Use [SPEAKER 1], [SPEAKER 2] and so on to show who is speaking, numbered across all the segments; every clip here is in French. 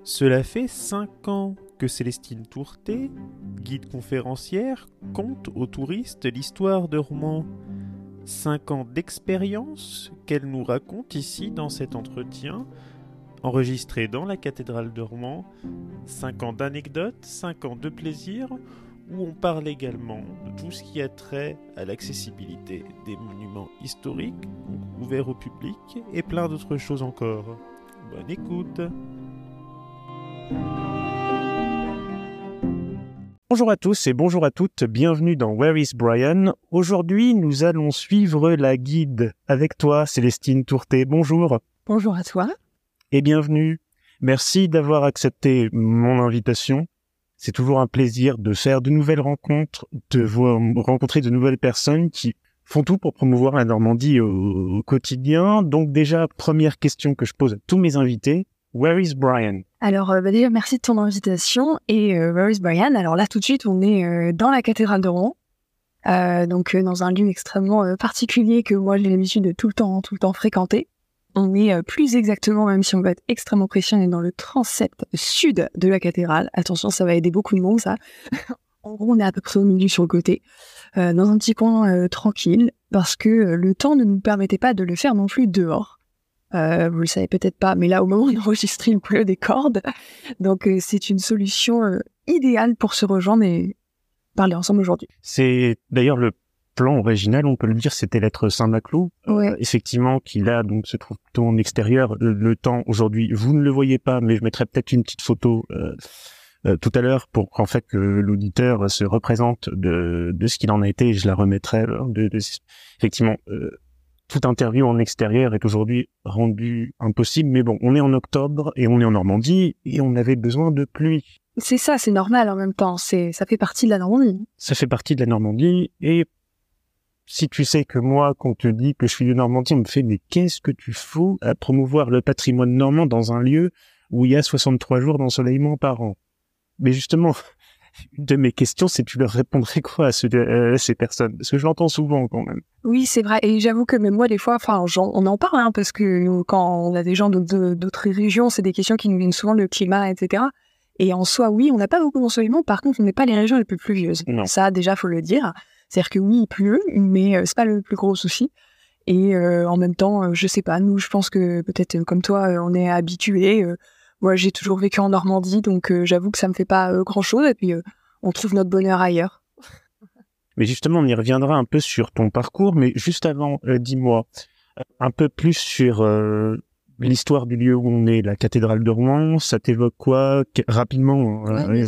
[SPEAKER 1] Cela fait 5 ans que Célestine Tourté, guide conférencière, conte aux touristes l'histoire de Rouen. 5 ans d'expérience qu'elle nous raconte ici dans cet entretien, enregistré dans la cathédrale de Rouen. 5 ans d'anecdotes, 5 ans de plaisir, où on parle également de tout ce qui a trait à l'accessibilité des monuments historiques, ouverts au public, et plein d'autres choses encore. Bonne écoute! Bonjour à tous et bonjour à toutes, bienvenue dans Where is Brian. Aujourd'hui, nous allons suivre la guide avec toi, Célestine Tourté. Bonjour.
[SPEAKER 2] Bonjour à toi.
[SPEAKER 1] Et bienvenue. Merci d'avoir accepté mon invitation. C'est toujours un plaisir de faire de nouvelles rencontres, de rencontrer de nouvelles personnes qui font tout pour promouvoir la Normandie au quotidien. Donc déjà, première question que je pose à tous mes invités. Where is Brian?
[SPEAKER 2] Alors déjà, merci de ton invitation. Et Where is Brian? Alors là, tout de suite, on est dans la cathédrale de Rouen. Donc dans un lieu extrêmement particulier que moi, j'ai l'habitude de tout le temps fréquenter. On est plus exactement, même si on va être extrêmement précis, on est dans le transept sud de la cathédrale. Attention, ça va aider beaucoup de monde, ça. En gros, on est à peu près au milieu sur le côté, dans un petit coin tranquille, parce que le temps ne nous permettait pas de le faire non plus dehors. Vous le savez peut-être pas, mais là, au moment où on enregistre, il pleut des cordes. Donc, c'est une solution idéale pour se rejoindre et parler ensemble aujourd'hui.
[SPEAKER 1] C'est d'ailleurs le plan original, on peut le dire, c'était l'être Saint-Maclou.
[SPEAKER 2] Ouais.
[SPEAKER 1] Effectivement, qui là, donc, se trouve plutôt en extérieur. Le temps, aujourd'hui, vous ne le voyez pas, mais je mettrai peut-être une petite photo tout à l'heure pour qu'en fait l'auditeur se représente de ce qu'il en a été. Je la remettrai. Effectivement, toute interview en extérieur est aujourd'hui rendue impossible, mais bon, on est en octobre et on est en Normandie et on avait besoin de pluie.
[SPEAKER 2] C'est ça, c'est normal en même temps, ça fait partie de la Normandie.
[SPEAKER 1] Ça fait partie de la Normandie et si tu sais que moi, quand on te dit que je suis de Normandie, on me fait « mais qu'est-ce que tu fous à promouvoir le patrimoine normand dans un lieu où il y a 63 jours d'ensoleillement par an ?» Mais justement, une de mes questions, c'est tu leur répondrais quoi à ces personnes? Parce que je l'entends souvent quand même.
[SPEAKER 2] Oui, c'est vrai. Et j'avoue que même moi, des fois, on en parle, hein, parce que quand on a des gens d'autres régions, c'est des questions qui nous viennent souvent, le climat, etc. Et en soi, oui, on n'a pas beaucoup d'ensoleillement. Par contre, on n'est pas les régions les plus pluvieuses.
[SPEAKER 1] Non.
[SPEAKER 2] Ça, déjà, faut le dire. C'est-à-dire que oui, il pleut, mais c'est pas le plus gros souci. Et en même temps, je sais pas, nous, je pense que peut-être comme toi, on est habitués. Moi, j'ai toujours vécu en Normandie, donc j'avoue que ça me fait pas grand-chose. Et puis, on trouve notre bonheur ailleurs.
[SPEAKER 1] Mais justement, on y reviendra un peu sur ton parcours. Mais juste avant, dis-moi un peu plus sur l'histoire du lieu où on est, la cathédrale de Rouen. Ça t'évoque quoi rapidement?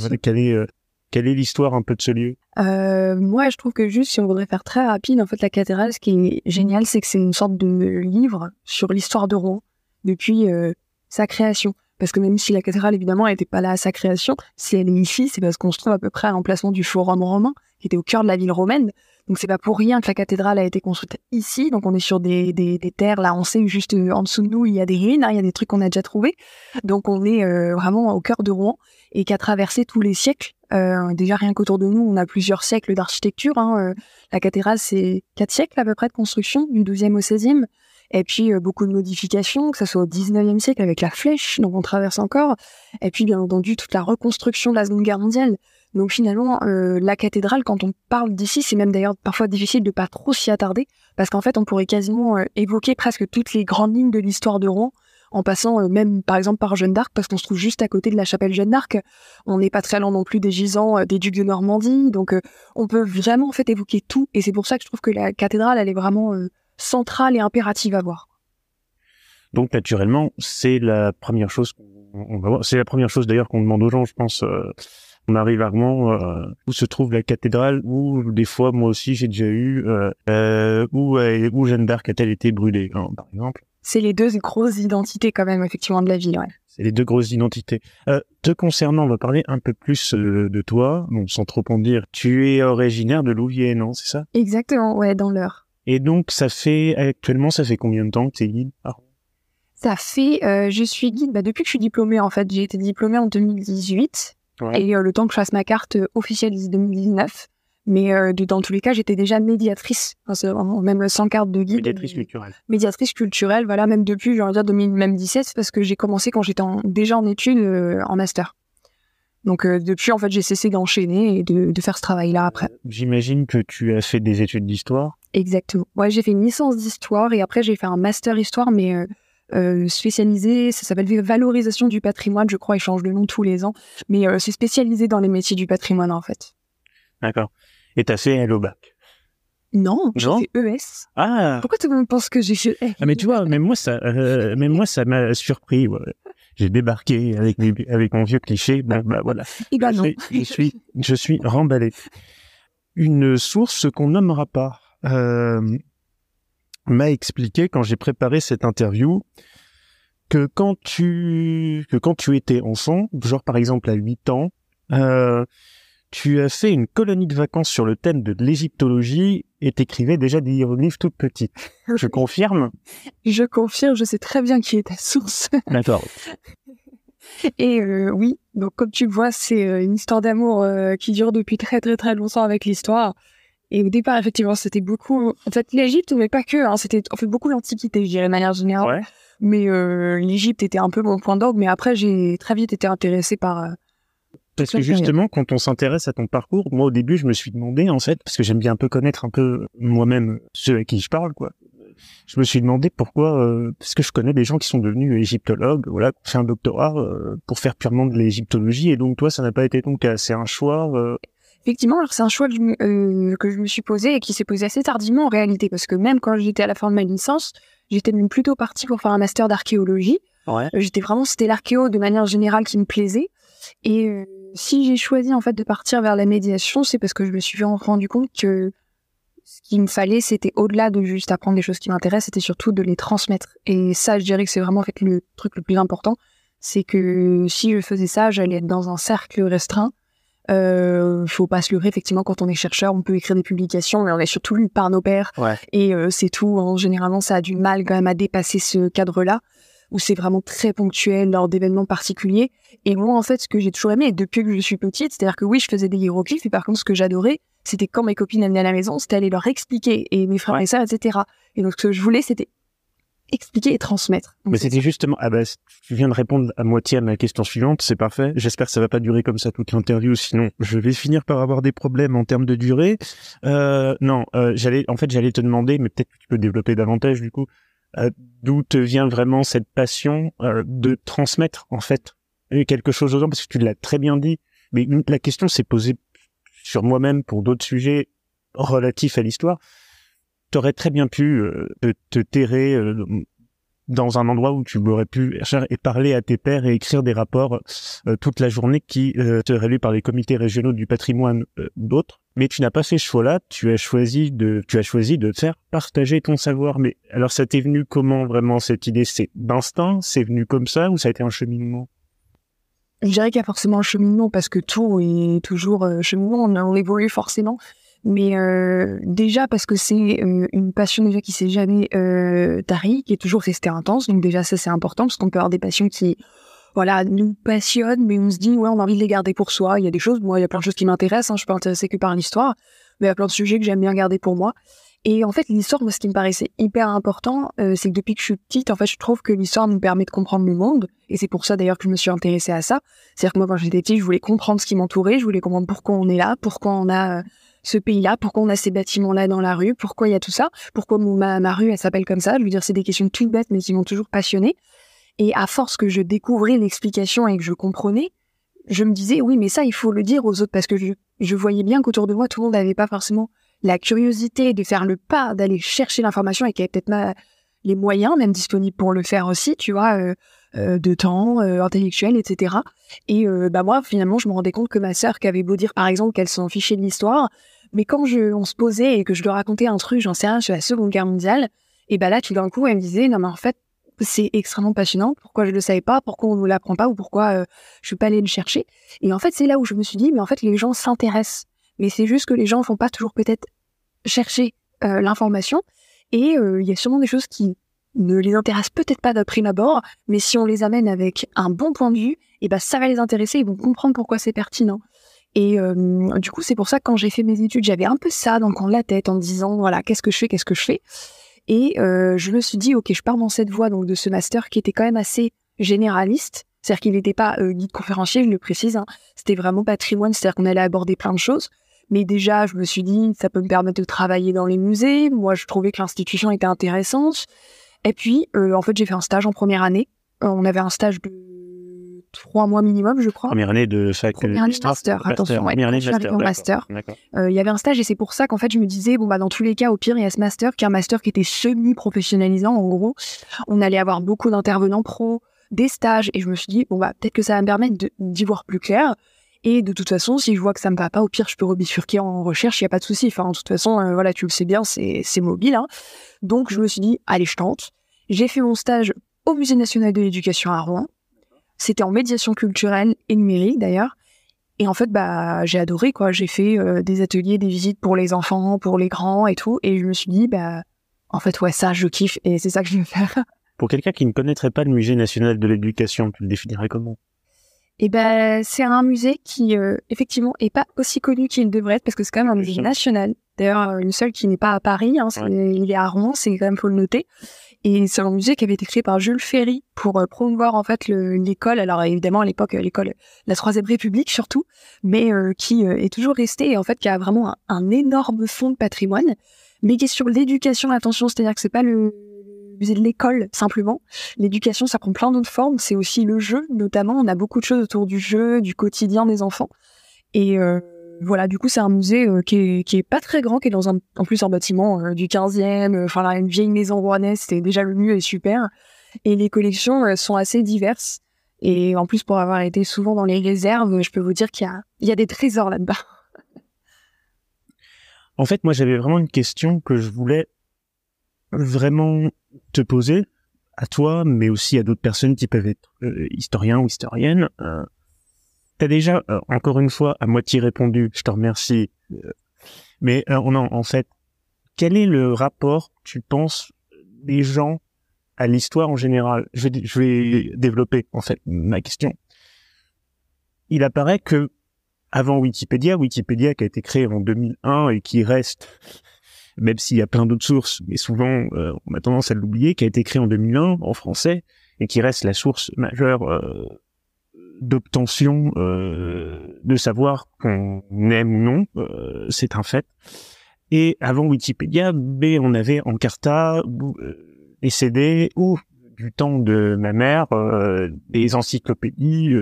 [SPEAKER 1] Quelle est l'histoire un peu de ce lieu?
[SPEAKER 2] Moi, je trouve que juste, si on voudrait faire très rapide, en fait, la cathédrale, ce qui est génial, c'est que c'est une sorte de livre sur l'histoire de Rouen depuis sa création. Parce que même si la cathédrale, évidemment, elle n'était pas là à sa création, si elle est ici, c'est parce qu'on se trouve à peu près à l'emplacement du forum romain, qui était au cœur de la ville romaine. Donc, c'est pas pour rien que la cathédrale a été construite ici. Donc, on est sur des terres, là, on sait, juste en dessous de nous, il y a des ruines, hein, il y a des trucs qu'on a déjà trouvés. Donc, on est vraiment au cœur de Rouen et qui a traversé tous les siècles. Déjà, rien qu'autour de nous, on a plusieurs siècles d'architecture. La cathédrale, c'est 4 siècles à peu près de construction, du 12e au 16e. Et puis, beaucoup de modifications, que ce soit au 19e siècle avec la flèche, dont on traverse encore. Et puis, bien entendu, toute la reconstruction de la Seconde Guerre mondiale. Donc, finalement, la cathédrale, quand on parle d'ici, c'est même d'ailleurs parfois difficile de pas trop s'y attarder, parce qu'en fait, on pourrait quasiment évoquer presque toutes les grandes lignes de l'histoire de Rouen, en passant même, par exemple, par Jeanne d'Arc, parce qu'on se trouve juste à côté de la chapelle Jeanne d'Arc. On n'est pas très loin non plus des gisants des ducs de Normandie. Donc, on peut vraiment, en fait, évoquer tout. Et c'est pour ça que je trouve que la cathédrale, elle est vraiment centrale et impérative à voir.
[SPEAKER 1] Donc naturellement, c'est la première chose qu'on va voir. C'est la première chose d'ailleurs qu'on demande aux gens, je pense. On arrive à Rouen, où se trouve la cathédrale, où des fois, moi aussi, j'ai déjà eu, où Jeanne d'Arc a-t-elle été brûlée, hein, par exemple.
[SPEAKER 2] C'est les deux grosses identités quand même, effectivement, de la ville. Ouais.
[SPEAKER 1] C'est les deux grosses identités. Te concernant, on va parler un peu plus de toi, bon, sans trop en dire. Tu es originaire de Louviers, non, c'est ça?
[SPEAKER 2] Exactement, ouais, dans l'Eure.
[SPEAKER 1] Et donc, ça fait combien de temps que tu es guide?
[SPEAKER 2] Ça fait, je suis guide depuis que je suis diplômée, en fait. J'ai été diplômée en 2018. Ouais. Et le temps que je fasse ma carte officielle, 2019. Mais dans tous les cas, j'étais déjà médiatrice, enfin, c'est vraiment, même sans carte de guide.
[SPEAKER 1] Médiatrice culturelle.
[SPEAKER 2] Médiatrice culturelle, voilà, même depuis, j'ai envie de dire 2017, parce que j'ai commencé quand j'étais déjà en études en master. Donc depuis, en fait, j'ai cessé d'enchaîner et de faire ce travail-là après.
[SPEAKER 1] J'imagine que tu as fait des études d'histoire.
[SPEAKER 2] Exactement. Ouais, j'ai fait une licence d'histoire et après j'ai fait un master histoire, mais spécialisé, ça s'appelle valorisation du patrimoine, je crois, il change de nom tous les ans, mais c'est spécialisé dans les métiers du patrimoine en fait.
[SPEAKER 1] D'accord. Et t'as fait LO bac?
[SPEAKER 2] Non, j'ai fait ES.
[SPEAKER 1] Ah.
[SPEAKER 2] Pourquoi tout le monde pense que j'ai fait ES?
[SPEAKER 1] Ah mais tu vois, même moi ça m'a surpris. Ouais. J'ai débarqué avec mon vieux cliché. Bon, bah voilà.
[SPEAKER 2] Et bah non.
[SPEAKER 1] Je suis remballé. Une source qu'on nommera pas m'a expliqué quand j'ai préparé cette interview que quand tu étais enfant, genre par exemple à 8 ans, tu as fait une colonie de vacances sur le thème de l'égyptologie et t'écrivais déjà des hiéroglyphes toute petite. Je confirme?
[SPEAKER 2] Je confirme, je sais très bien qui est ta source.
[SPEAKER 1] D'accord.
[SPEAKER 2] Et oui, donc comme tu le vois, c'est une histoire d'amour qui dure depuis très très très longtemps avec l'histoire. Et au départ, effectivement, c'était beaucoup... En fait, l'Égypte, mais pas que, hein, c'était en fait beaucoup l'Antiquité, je dirais, de manière générale.
[SPEAKER 1] Ouais.
[SPEAKER 2] Mais l'Égypte était un peu mon point d'orgue, mais après, j'ai très vite été intéressée par...
[SPEAKER 1] Parce que justement, quand on s'intéresse à ton parcours, moi au début, je me suis demandé, en fait, parce que j'aime bien un peu connaître un peu moi-même ceux à qui je parle, quoi. Je me suis demandé pourquoi, parce que je connais des gens qui sont devenus égyptologues, voilà, qui ont fait un doctorat pour faire purement de l'égyptologie, et donc toi, ça n'a pas été ton cas, c'est un choix...
[SPEAKER 2] Effectivement, alors c'est un choix que je me suis posé et qui s'est posé assez tardivement en réalité, parce que même quand j'étais à la fin de ma licence, j'étais même plutôt partie pour faire un master d'archéologie.
[SPEAKER 1] Ouais.
[SPEAKER 2] C'était l'archéo de manière générale qui me plaisait. Et si j'ai choisi en fait de partir vers la médiation, c'est parce que je me suis rendu compte que ce qu'il me fallait, c'était au-delà de juste apprendre des choses qui m'intéressent, c'était surtout de les transmettre. Et ça, je dirais que c'est vraiment en fait le truc le plus important, c'est que si je faisais ça, j'allais être dans un cercle restreint. Faut pas se leurrer, effectivement, quand on est chercheur, on peut écrire des publications, mais on est surtout lu par nos pairs.
[SPEAKER 1] Ouais.
[SPEAKER 2] Et c'est tout. Hein. Généralement, ça a du mal quand même à dépasser ce cadre-là, où c'est vraiment très ponctuel lors d'événements particuliers. Et moi, en fait, ce que j'ai toujours aimé, depuis que je suis petite, c'est-à-dire que oui, je faisais des hiéroglyphes, et par contre, ce que j'adorais, c'était quand mes copines venaient à la maison, c'était aller leur expliquer, et mes frères et sœurs, etc. Et donc, ce que je voulais, c'était expliquer et transmettre. Donc,
[SPEAKER 1] mais c'était justement... Ah bah, tu viens de répondre à moitié à ma question suivante, c'est parfait. J'espère que ça va pas durer comme ça toute l'interview, sinon je vais finir par avoir des problèmes en termes de durée. J'allais te demander, mais peut-être que tu peux développer davantage du coup, d'où te vient vraiment cette passion de transmettre en fait quelque chose aux gens, parce que tu l'as très bien dit, mais la question s'est posée sur moi-même pour d'autres sujets relatifs à l'histoire. T'aurais très bien pu te terrer dans un endroit où tu aurais pu et parler à tes pairs et écrire des rapports toute la journée qui seraient lus par les comités régionaux du patrimoine d'autres. Mais tu n'as pas fait ce choix-là, tu as choisi de faire partager ton savoir. Mais alors ça t'est venu comment vraiment cette idée? C'est d'instinct? C'est venu comme ça ou ça a été un cheminement?
[SPEAKER 2] Je dirais qu'il y a forcément un cheminement, parce que tout est toujours cheminement, on évolue forcément. Mais déjà parce que c'est une passion déjà qui s'est jamais tarie, qui est toujours restée intense. Donc déjà ça c'est important, parce qu'on peut avoir des passions qui nous passionnent, mais on se dit ouais, on a envie de les garder pour soi. Il y a des choses, moi il y a plein de choses qui m'intéressent, hein, je suis pas intéressée que par l'histoire, mais il y a plein de sujets que j'aime bien garder pour moi. Et en fait l'histoire, moi ce qui me paraissait hyper important, c'est que depuis que je suis petite, en fait je trouve que l'histoire nous permet de comprendre le monde, et c'est pour ça d'ailleurs que je me suis intéressée à ça. C'est-à-dire que moi quand j'étais petite, je voulais comprendre ce qui m'entourait, je voulais comprendre pourquoi on est là, pourquoi on a ce pays-là, pourquoi on a ces bâtiments-là dans la rue, pourquoi il y a tout ça, pourquoi ma rue, elle s'appelle comme ça. Je veux dire, c'est des questions toutes bêtes, mais qui m'ont toujours passionnée. Et à force que je découvrais l'explication et que je comprenais, je me disais, oui, mais ça, il faut le dire aux autres, parce que je voyais bien qu'autour de moi, tout le monde n'avait pas forcément la curiosité de faire le pas, d'aller chercher l'information, et qu'il y avait peut-être les moyens, même disponibles pour le faire aussi, tu vois, de temps, intellectuel, etc. Et moi, finalement, je me rendais compte que ma sœur, qui avait beau dire, par exemple, qu'elle s'en fichait de l'histoire, mais quand on se posait et que je lui racontais un truc, j'en sais rien, sur la Seconde Guerre mondiale, et là, tout d'un coup, elle me disait, non, mais en fait, c'est extrêmement passionnant, pourquoi je le savais pas, pourquoi on ne l'apprend pas, ou pourquoi je suis pas allée le chercher. Et en fait, c'est là où je me suis dit, mais en fait, les gens s'intéressent. Mais c'est juste que les gens font pas toujours peut-être chercher l'information, et il y a sûrement des choses qui ne les intéressent peut-être pas de prime abord, mais si on les amène avec un bon point de vue, ça va les intéresser, ils vont comprendre pourquoi c'est pertinent. Et du coup, c'est pour ça que quand j'ai fait mes études, j'avais un peu ça dans le coin de la tête en me disant, voilà, qu'est-ce que je fais. Et je me suis dit, ok, je pars dans cette voie donc de ce master qui était quand même assez généraliste. C'est-à-dire qu'il n'était pas guide conférencier, je le précise. Hein. C'était vraiment patrimoine, c'est-à-dire qu'on allait aborder plein de choses. Mais déjà, je me suis dit, ça peut me permettre de travailler dans les musées. Moi, je trouvais que l'institution était intéressante. Et puis, en fait, j'ai fait un stage en première année. On avait un stage de 3 mois minimum, je crois.
[SPEAKER 3] Première année de fac.
[SPEAKER 2] Première année de master, attention. Ouais,
[SPEAKER 3] Première année de
[SPEAKER 2] je suis arrivée
[SPEAKER 3] master.
[SPEAKER 2] au master. Il y avait un stage et c'est pour ça qu'en fait, je me disais, bon, bah, dans tous les cas, au pire, il y a ce master, qui est un master qui était semi-professionnalisant, en gros. On allait avoir beaucoup d'intervenants pros, des stages, et je me suis dit, bon, bah, peut-être que ça va me permettre d'y voir plus clair. Et de toute façon, si je vois que ça me va pas, au pire, je peux rebifurquer en recherche, il y a pas de souci. Enfin, de toute façon, voilà, tu le sais bien, c'est mobile, hein. Donc, je me suis dit, allez, je tente. J'ai fait mon stage au Musée national de l'éducation à Rouen. C'était en médiation culturelle et numérique, d'ailleurs. Et en fait, bah, j'ai adoré, quoi. J'ai fait des ateliers, des visites pour les enfants, pour les grands et tout. Et je me suis dit, bah, en fait, ouais, ça, je kiffe et c'est ça que je veux faire.
[SPEAKER 3] Pour quelqu'un qui ne connaîtrait pas le Musée national de l'éducation, tu le définirais comment?
[SPEAKER 2] Et ben, c'est un musée qui, effectivement, est pas aussi connu qu'il devrait être parce que c'est quand même un musée national. D'ailleurs, le seul qui n'est pas à Paris, hein, il est à Rouen, c'est quand même, faut le noter. Et c'est un musée qui avait été créé par Jules Ferry pour promouvoir en fait l'école. Alors évidemment à l'époque l'école, la Troisième République surtout, mais qui est toujours resté et en fait qui a vraiment un énorme fonds de patrimoine, mais qui est sur l'éducation. Attention, c'est-à-dire que c'est pas le musée de l'école simplement. L'éducation, ça prend plein d'autres formes. C'est aussi le jeu, notamment. On a beaucoup de choses autour du jeu, du quotidien des enfants. Et voilà, du coup, c'est un musée qui est pas très grand, qui est en plus un bâtiment du 15e, enfin là, une vieille maison rouennaise, c'était déjà le mieux et super. Et les collections sont assez diverses. Et en plus, pour avoir été souvent dans les réserves, je peux vous dire qu'il y a des trésors là-dedans.
[SPEAKER 3] En fait, moi, j'avais vraiment une question que je voulais vraiment te poser à toi, mais aussi à d'autres personnes qui peuvent être historiens ou historiennes. T'as déjà, encore une fois, à moitié répondu, je te remercie. Mais en fait, quel est le rapport, tu penses, des gens à l'histoire en général? Je vais développer, en fait, ma question. Il apparaît que, avant Wikipédia qui a été créé en 2001 et qui reste, même s'il y a plein d'autres sources, mais souvent, on a tendance à l'oublier, qui a été créé en 2001 en français et qui reste la source majeure d'obtention de savoir qu'on aime ou non, c'est un fait. Et avant Wikipédia, on avait Encarta, les CD ou du temps de ma mère, des encyclopédies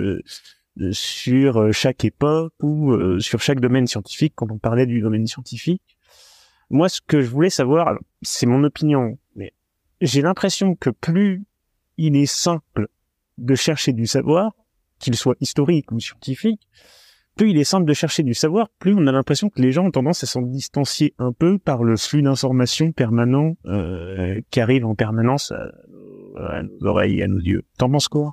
[SPEAKER 3] sur chaque époque ou sur chaque domaine scientifique quand on parlait du domaine scientifique. Moi, ce que je voulais savoir, alors, c'est mon opinion, mais j'ai l'impression que plus il est simple de chercher du savoir, qu'il soit historique ou scientifique, plus il est simple de chercher du savoir, plus on a l'impression que les gens ont tendance à s'en distancier un peu par le flux d'informations permanent qui arrive en permanence à nos oreilles et à nos yeux. T'en penses quoi?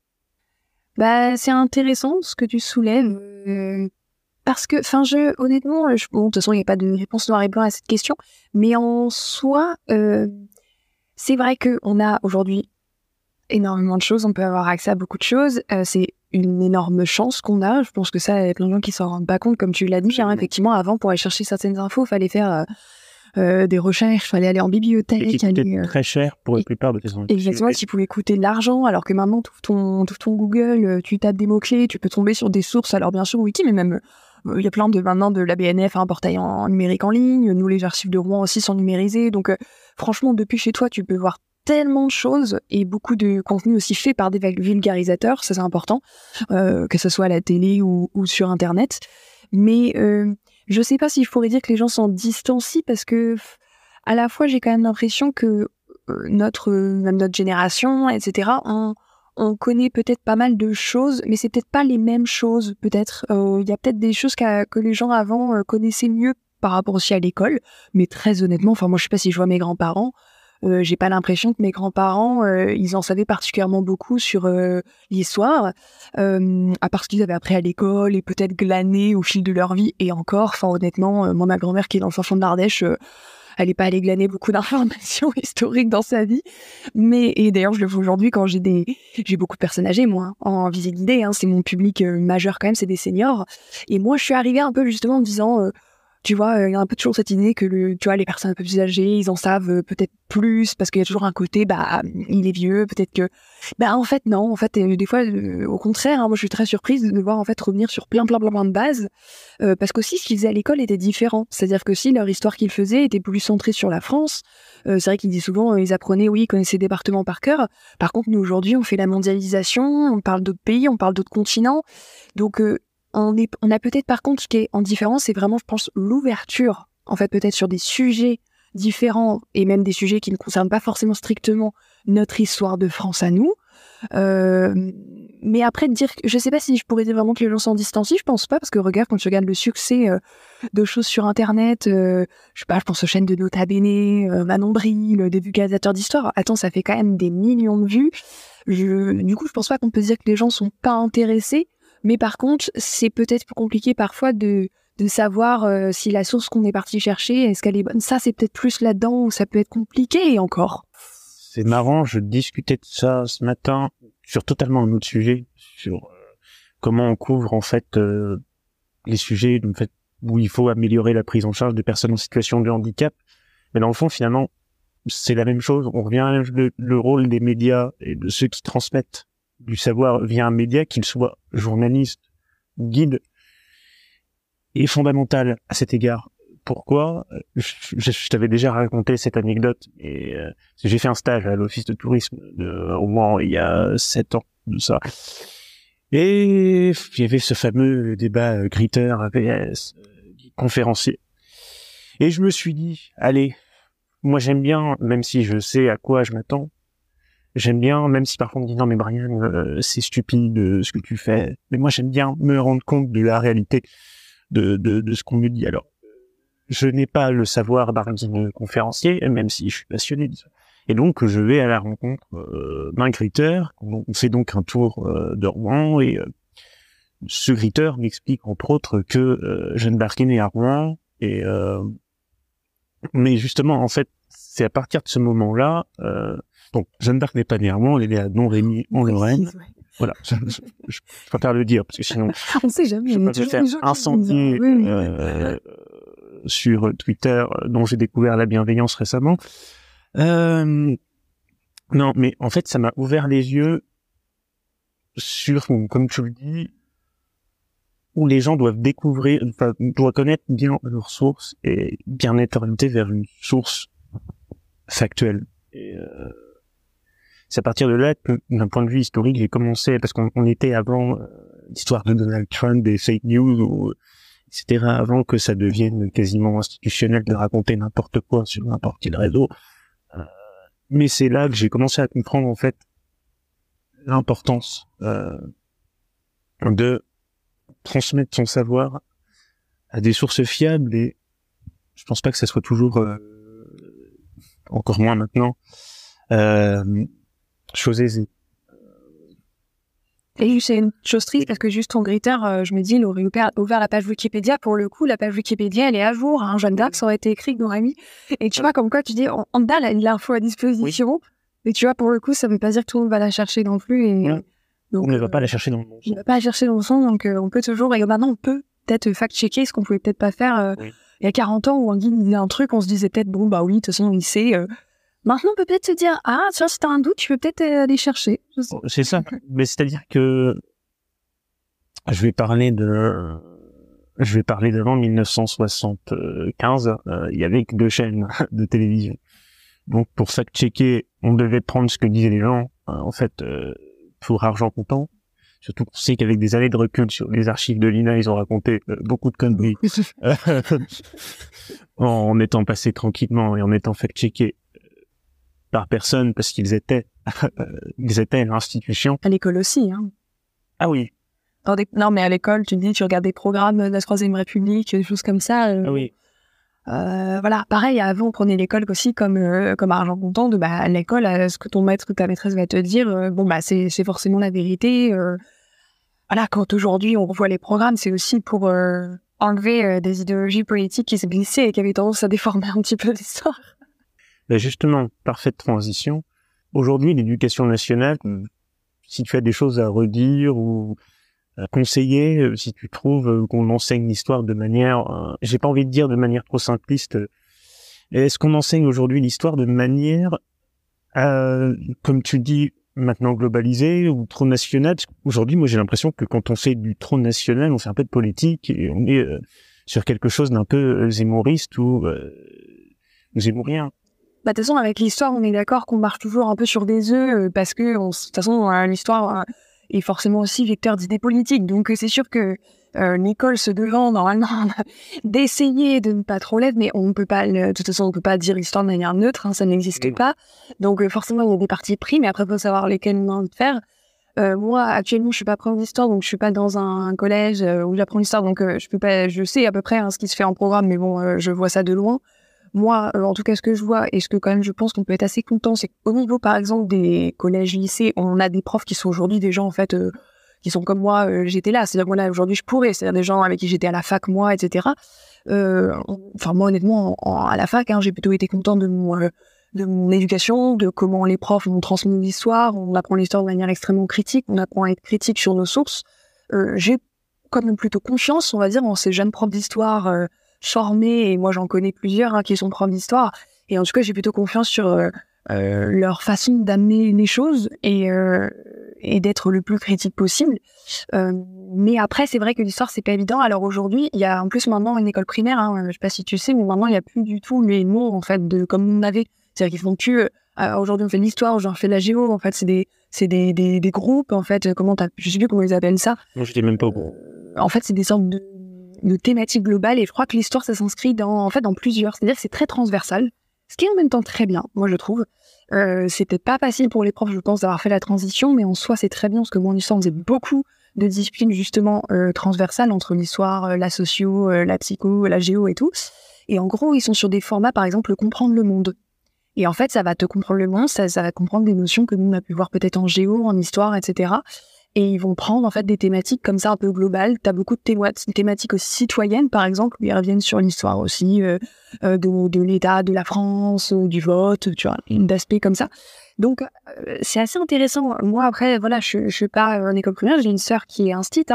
[SPEAKER 2] Bah, c'est intéressant ce que tu soulèves, parce que, enfin, honnêtement, bon, de toute façon, il n'y a pas de réponse noir et blanc à cette question, mais en soi, c'est vrai qu'on a aujourd'hui énormément de choses, on peut avoir accès à beaucoup de choses, c'est une énorme chance qu'on a, je pense que ça, il y a plein de gens qui s'en rendent pas compte, comme tu l'as dit, hein, effectivement, avant, pour aller chercher certaines infos, il fallait faire des recherches, il fallait aller en bibliothèque.
[SPEAKER 3] Et qui coûtait très cher pour la plupart de tes enfants.
[SPEAKER 2] Exactement, qui pouvait coûter de l'argent, alors que maintenant, tu ouvres ton Google, tu tapes des mots-clés, tu peux tomber sur des sources, alors bien sûr, Wiki, mais même, il y a plein maintenant de la BNF, un portail en numérique en ligne, nous, les archives de Rouen aussi sont numérisées, donc franchement, depuis chez toi, tu peux voir tellement de choses et beaucoup de contenu aussi fait par des vulgarisateurs, ça c'est important, que ce soit à la télé ou sur Internet. Mais je sais pas si je pourrais dire que les gens s'en distancient parce que à la fois j'ai quand même l'impression que même notre génération, etc., on connaît peut-être pas mal de choses, mais c'est peut-être pas les mêmes choses. Peut-être il y a peut-être des choses que les gens avant connaissaient mieux par rapport aussi à l'école. Mais très honnêtement, enfin moi je sais pas si je vois mes grands-parents. J'ai pas l'impression que mes grands-parents, ils en savaient particulièrement beaucoup sur l'histoire, à part ce qu'ils avaient appris à l'école et peut-être glané au fil de leur vie. Et encore, enfin honnêtement, moi ma grand-mère qui est dans le fin fond de l'Ardèche, elle est pas allée glaner beaucoup d'informations historiques dans sa vie. Et d'ailleurs, je le fais aujourd'hui quand j'ai beaucoup de personnes âgées, moi, hein, en visite guidée. C'est mon public majeur quand même, c'est des seniors. Et moi, je suis arrivée un peu justement en me disant, tu vois, il y a un peu toujours cette idée que tu vois, les personnes un peu plus âgées, ils en savent peut-être plus parce qu'il y a toujours un côté, il est vieux, peut-être que, en fait, non, en fait, des fois, au contraire, moi, je suis très surprise de devoir, en fait, revenir sur plein de bases, parce qu'aussi, ce qu'ils faisaient à l'école était différent. C'est-à-dire que si leur histoire qu'ils faisaient était plus centrée sur la France, c'est vrai qu'ils disent souvent, ils apprenaient, oui, ils connaissaient les départements par cœur. Par contre, nous, aujourd'hui, on fait la mondialisation, on parle d'autres pays, on parle d'autres continents. Donc, on a peut-être par contre ce qui est en différence, c'est vraiment, je pense, l'ouverture, en fait, peut-être sur des sujets différents et même des sujets qui ne concernent pas forcément strictement notre histoire de France à nous. Mais après, je sais pas si je pourrais dire vraiment que les gens s'en distancient, je pense pas, parce que regarde, quand tu regardes le succès de choses sur Internet, je sais pas, je pense aux chaînes de Nota Bene, Manon Bril, des vulgarisateurs d'histoire. Attends, ça fait quand même des millions de vues. Du coup, je pense pas qu'on peut dire que les gens sont pas intéressés. Mais par contre, c'est peut-être plus compliqué parfois de savoir si la source qu'on est parti chercher, est-ce qu'elle est bonne. Ça, c'est peut-être plus là-dedans où ça peut être compliqué encore.
[SPEAKER 3] C'est marrant, je discutais de ça ce matin sur totalement un autre sujet, sur comment on couvre en fait les sujets en fait, où il faut améliorer la prise en charge des personnes en situation de handicap. Mais dans le fond, finalement, c'est la même chose. On revient à le rôle des médias et de ceux qui transmettent du savoir via un média, qu'il soit journaliste, guide, est fondamental à cet égard. Pourquoi ? Je t'avais déjà raconté cette anecdote, et j'ai fait un stage à l'office de tourisme au moins il y a 7 ans de ça. Et il y avait ce fameux débat Gritter, AVS, conférencier. Et je me suis dit, allez, moi j'aime bien, même si je sais à quoi je m'attends, j'aime bien, même si parfois on me dit non mais Brian, c'est stupide ce que tu fais, mais moi j'aime bien me rendre compte de la réalité de ce qu'on me dit. Alors, je n'ai pas le savoir d'un conférencier, même si je suis passionné de ça. Et donc je vais à la rencontre d'un gritteur. On fait donc un tour de Rouen, et ce gritteur m'explique entre autres que Jeanne d'Arc est née à Rouen, et mais justement en fait c'est à partir de ce moment-là. Donc, Jeanne d'Arc n'est pas née à Rouen, elle est née à Domrémy, en Lorraine. Ouais. Voilà, je préfère le dire, parce que sinon,
[SPEAKER 2] on sait jamais,
[SPEAKER 3] je peux me faire incendier sur Twitter, dont j'ai découvert la bienveillance récemment. Non, mais en fait, ça m'a ouvert les yeux sur, comme tu le dis, où les gens doivent doivent connaître bien leurs sources et bien être orientés vers une source factuelle. Et c'est à partir de là que, d'un point de vue historique, j'ai commencé, parce qu'on était avant l'histoire de Donald Trump, des fake news, etc., avant que ça devienne quasiment institutionnel de raconter n'importe quoi sur n'importe quel réseau. Mais c'est là que j'ai commencé à comprendre, en fait, l'importance de transmettre son savoir à des sources fiables, et je pense pas que ça soit toujours, encore moins maintenant, chose aisée.
[SPEAKER 2] Et c'est une chose triste parce que juste ton Gritter, je me dis, il aurait ouvert la page Wikipédia. Pour le coup, la page Wikipédia, elle est à jour. Jeanne d'Arc, ça aurait été écrit que Domrémy. Et tu vois, comme quoi, tu dis, on a l'info à disposition. Oui. Mais tu vois, pour le coup, ça veut pas dire que tout le monde va la chercher non plus. Et,
[SPEAKER 3] donc, on ne va pas la chercher dans le bon sens.
[SPEAKER 2] On ne va pas la chercher dans le sens, donc on peut toujours... Et maintenant, on peut peut-être fact-checker ce qu'on pouvait peut-être pas faire il y a 40 ans où un guide disait un truc, on se disait peut-être, bon, bah oui, de toute façon, il sait... Maintenant, on peut peut-être se dire, tiens, si t'as un doute, tu peux peut-être aller chercher.
[SPEAKER 3] C'est ça. Mais c'est-à-dire que je vais parler d'avant 1975. Il y avait que 2 chaînes de télévision. Donc, pour fact-checker, on devait prendre ce que disaient les gens, en fait, pour argent comptant. Surtout qu'on sait qu'avec des années de recul sur les archives de l'INA, ils ont raconté beaucoup de conneries. En étant passés tranquillement et en étant fact-checkés par personne, parce qu'ils étaient l'institution.
[SPEAKER 2] À l'école aussi, hein.
[SPEAKER 3] Ah oui.
[SPEAKER 2] Non, mais à l'école, tu regardes des programmes de la Troisième République, des choses comme ça.
[SPEAKER 3] Ah oui.
[SPEAKER 2] Voilà, pareil, avant, on prenait l'école aussi comme argent comptant, à l'école, ce que ton maître ou ta maîtresse va te dire, c'est forcément la vérité. Voilà, quand aujourd'hui, on revoit les programmes, c'est aussi pour... enlever des idéologies politiques qui se glissaient et qui avaient tendance à déformer un petit peu l'histoire.
[SPEAKER 3] Ben justement, parfaite transition. Aujourd'hui, l'éducation nationale, si tu as des choses à redire ou à conseiller, si tu trouves qu'on enseigne l'histoire de manière, j'ai pas envie de dire de manière trop simpliste, est-ce qu'on enseigne aujourd'hui l'histoire de manière, comme tu dis, maintenant globalisée ou trop nationale? Aujourd'hui, moi, j'ai l'impression que quand on fait du trop national, on fait un peu de politique et on est sur quelque chose d'un peu zémoriste ou zémorien.
[SPEAKER 2] Bah, de toute façon, avec l'histoire, on est d'accord qu'on marche toujours un peu sur des œufs parce que, de toute façon, l'histoire est forcément aussi vecteur d'idées politiques. Donc, c'est sûr que l'école se devant, normalement, d'essayer de ne pas trop l'être, mais on peut pas, de toute façon, on peut pas dire l'histoire de manière neutre, hein, ça n'existe pas. Donc, forcément, il y a des partis pris, mais après, il faut savoir lesquels on a envie de faire. Moi, actuellement, je suis pas prof d'histoire, donc je suis pas dans un collège où j'apprends l'histoire, donc je peux pas, je sais à peu près ce qui se fait en programme, mais bon, je vois ça de loin. Moi, en tout cas, ce que je vois et ce que quand même je pense qu'on peut être assez content, c'est qu'au niveau, par exemple, des collèges, lycées, on a des profs qui sont aujourd'hui des gens, en fait, qui sont comme moi, j'étais là. C'est-à-dire, voilà, aujourd'hui, je pourrais. C'est-à-dire des gens avec qui j'étais à la fac, moi, etc. Enfin, moi, honnêtement, à la fac, j'ai plutôt été content de mon éducation, de comment les profs m'ont transmis l'histoire. On apprend l'histoire de manière extrêmement critique. On apprend à être critique sur nos sources. J'ai quand même plutôt confiance, on va dire, en ces jeunes profs d'histoire formés, et moi j'en connais plusieurs qui sont profs d'histoire, et en tout cas j'ai plutôt confiance sur leur façon d'amener les choses et d'être le plus critique possible. Mais après c'est vrai que l'histoire c'est pas évident. Alors aujourd'hui il y a en plus maintenant une école primaire, je sais pas si tu sais, mais maintenant il y a plus du tout les noms en fait de comme on avait, c'est-à-dire qu'ils font plus aujourd'hui on fait de l'histoire, aujourd'hui on fait de la géo, en fait c'est des groupes en fait, je sais plus comment ils appellent ça.
[SPEAKER 3] Moi je n'étais même pas au courant.
[SPEAKER 2] En fait c'est des sortes de thématiques globales, et je crois que l'histoire ça s'inscrit dans plusieurs, c'est-à-dire que c'est très transversal, ce qui est en même temps très bien, moi je trouve. C'était pas facile pour les profs, je pense, d'avoir fait la transition, mais en soi c'est très bien parce que mon histoire faisait beaucoup de disciplines justement transversales entre l'histoire, la socio, la psycho, la géo et tout. Et en gros ils sont sur des formats, par exemple comprendre le monde. Et en fait ça va te comprendre le monde, ça va comprendre des notions que nous on a pu voir peut-être en géo, en histoire, etc. Et ils vont prendre en fait des thématiques comme ça un peu globales. T'as beaucoup de thématiques aussi citoyennes, par exemple, où ils reviennent sur l'histoire aussi de l'État, de la France, du vote, tu vois, d'aspects comme ça. Donc c'est assez intéressant. Moi après, voilà, je suis pas en école primaire, j'ai une sœur qui est instite,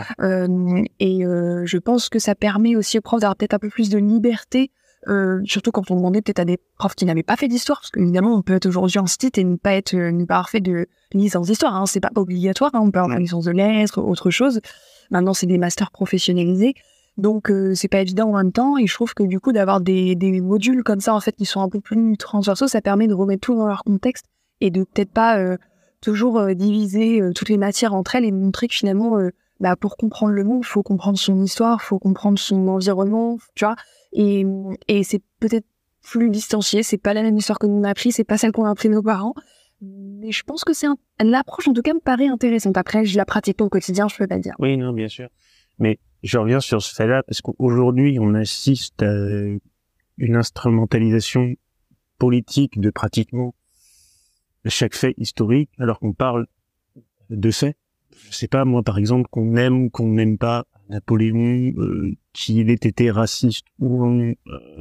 [SPEAKER 2] et je pense que ça permet aussi aux profs d'avoir peut-être un peu plus de liberté. Surtout quand on demandait peut-être à des profs qui n'avaient pas fait d'histoire, parce qu'évidemment on peut être aujourd'hui en stit et ne pas avoir fait de licence d'histoire, c'est pas obligatoire, on peut avoir une licence de lettres, autre chose. Maintenant c'est des masters professionnalisés, donc c'est pas évident en même temps, et je trouve que du coup d'avoir des modules comme ça en fait qui sont un peu plus transversaux, ça permet de remettre tout dans leur contexte et de peut-être pas toujours diviser toutes les matières entre elles, et montrer que finalement pour comprendre le monde, il faut comprendre son histoire, il faut comprendre son environnement, tu vois. Et c'est peut-être plus distancié, c'est pas la même histoire que nous on a appris, c'est pas celle qu'ont appris nos parents. Mais je pense que l'approche en tout cas me paraît intéressante. Après, je la pratique pas au quotidien, je peux pas le dire.
[SPEAKER 3] Oui, non, bien sûr. Mais je reviens sur ce fait-là parce qu'aujourd'hui, on assiste à une instrumentalisation politique de pratiquement chaque fait historique, alors qu'on parle de faits. Je sais pas, moi, par exemple, qu'on aime ou qu'on n'aime pas Napoléon, qu'il ait été raciste ou non,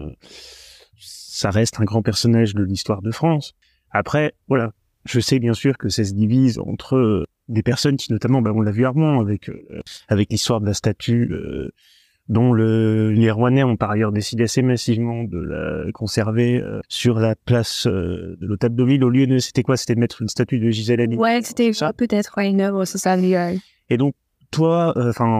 [SPEAKER 3] ça reste un grand personnage de l'histoire de France. Après, voilà, je sais bien sûr que ça se divise entre des personnes qui, notamment, on l'a vu Armand avec l'histoire de la statue, dont les Rouennais ont par ailleurs décidé assez massivement de la conserver sur la place de l'Hôtel de Ville, au lieu de, c'était de mettre une statue de Gisèle Halimi.
[SPEAKER 2] Ouais, c'était peut-être une œuvre sociale.
[SPEAKER 3] Et donc, toi,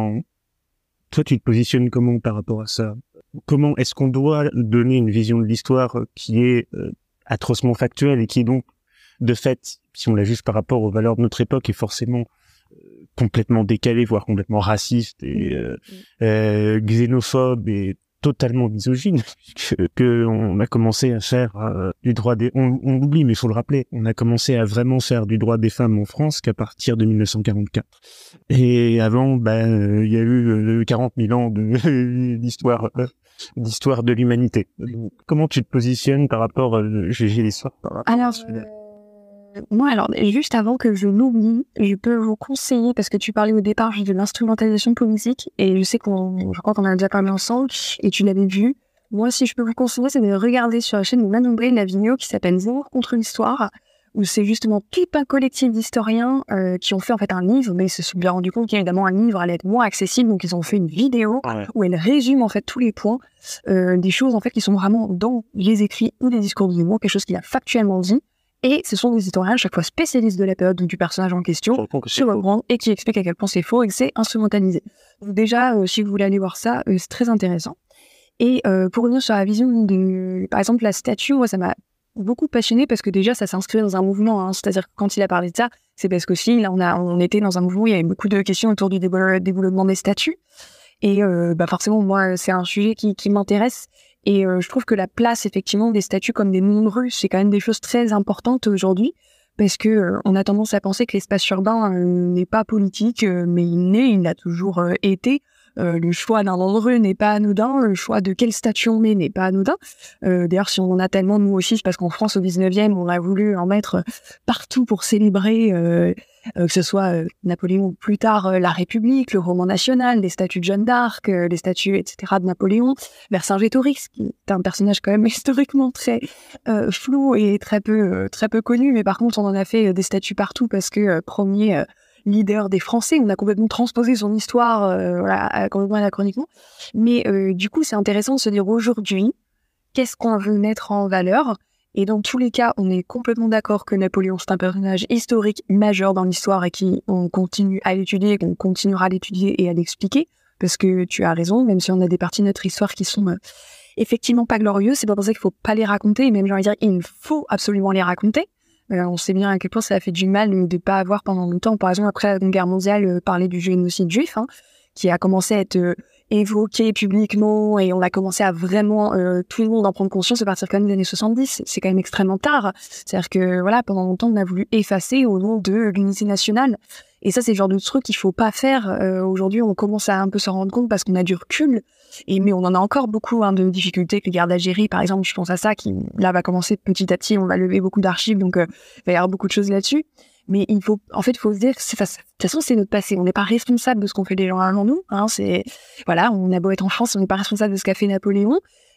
[SPEAKER 3] toi, tu te positionnes comment par rapport à ça? Comment est-ce qu'on doit donner une vision de l'histoire qui est atrocement factuelle et qui est donc, de fait, si on la juge par rapport aux valeurs de notre époque, est forcément complètement décalée, voire complètement raciste et xénophobe et totalement misogyne, que on a commencé à faire du droit des... On l'oublie, mais il faut le rappeler, on a commencé à vraiment faire du droit des femmes en France qu'à partir de 1944. Et avant, il y a eu 40 000 ans d'histoire de l'humanité. Comment tu te positionnes par rapport à GG l'histoire par rapport
[SPEAKER 2] Alors, Moi, alors, juste avant que je l'oublie, je peux vous conseiller, parce que tu parlais au départ de l'instrumentalisation politique, et je crois qu'on en a déjà parlé ensemble, et tu l'avais vu. Moi, si je peux vous conseiller, c'est de regarder sur la chaîne de Manon Bré la vidéo qui s'appelle Zéro contre l'histoire, où c'est justement tout un collectif d'historiens qui ont fait en fait un livre, mais ils se sont bien rendu compte qu'évidemment un livre allait être moins accessible, donc ils ont fait une vidéo où elle résume en fait tous les points des choses en fait qui sont vraiment dans les écrits ou les discours de Zemmour, quelque chose qu'il a factuellement dit. Et ce sont des historiens à chaque fois spécialistes de la période ou du personnage en question, se reprendre et qui expliquent à quel point c'est faux et que c'est instrumentalisé. Donc déjà, si vous voulez aller voir ça, c'est très intéressant. Et pour revenir sur la vision de, par exemple, la statue, moi ça m'a beaucoup passionnée parce que déjà ça s'inscrit dans un mouvement, hein. C'est-à-dire que quand il a parlé de ça, c'est parce qu'aussi là on était dans un mouvement où il y avait beaucoup de questions autour du développement des statues. Et forcément moi c'est un sujet qui m'intéresse. Et je trouve que la place, effectivement, des statues comme des noms de rues, c'est quand même des choses très importantes aujourd'hui, parce que on a tendance à penser que l'espace urbain n'est pas politique, mais il l'a toujours été. Le choix d'un nom de rue n'est pas anodin, le choix de quelle statue on met n'est pas anodin. D'ailleurs, si on en a tellement, nous aussi, c'est parce qu'en France, au 19e, on a voulu en mettre partout pour célébrer, que ce soit Napoléon ou plus tard la République, le roman national, les statues de Jeanne d'Arc, les statues, etc. de Napoléon, Vercingétorix, qui est un personnage quand même historiquement très flou et très peu connu, mais par contre, on en a fait des statues partout parce que premier leader des Français, on a complètement transposé son histoire complètement anachroniquement. Mais du coup, c'est intéressant de se dire aujourd'hui, qu'est-ce qu'on veut mettre en valeur? Et dans tous les cas, on est complètement d'accord que Napoléon, c'est un personnage historique majeur dans l'histoire et qu'on continue à l'étudier, qu'on continuera à l'étudier et à l'expliquer, parce que tu as raison, même si on a des parties de notre histoire qui sont effectivement pas glorieuses, c'est pas pour ça qu'il faut pas les raconter, et même j'ai envie de dire, il faut absolument les raconter. On sait bien à quel point ça a fait du mal de pas avoir pendant longtemps, par exemple après la Seconde Guerre mondiale, parler du génocide juif, hein, qui a commencé à être évoqué publiquement, et on a commencé à vraiment tout le monde en prendre conscience à partir quand même des années 70. C'est quand même extrêmement tard. C'est-à-dire que voilà, pendant longtemps on a voulu effacer au nom de l'unité nationale. Et ça, c'est le genre de truc qu'il faut pas faire. Aujourd'hui, on commence à un peu s'en rendre compte parce qu'on a du recul. Mais on en a encore beaucoup de difficultés avec les guerres d'Algérie, par exemple. Je pense à ça qui, là, va commencer petit à petit. On va lever beaucoup d'archives, donc il va y avoir beaucoup de choses là-dessus. Mais il faut se dire que de toute façon, c'est notre passé. On n'est pas responsable de ce qu'ont fait les gens avant nous. Hein, voilà, on a beau être en France, on n'est pas responsable de ce qu'a fait Napoléon.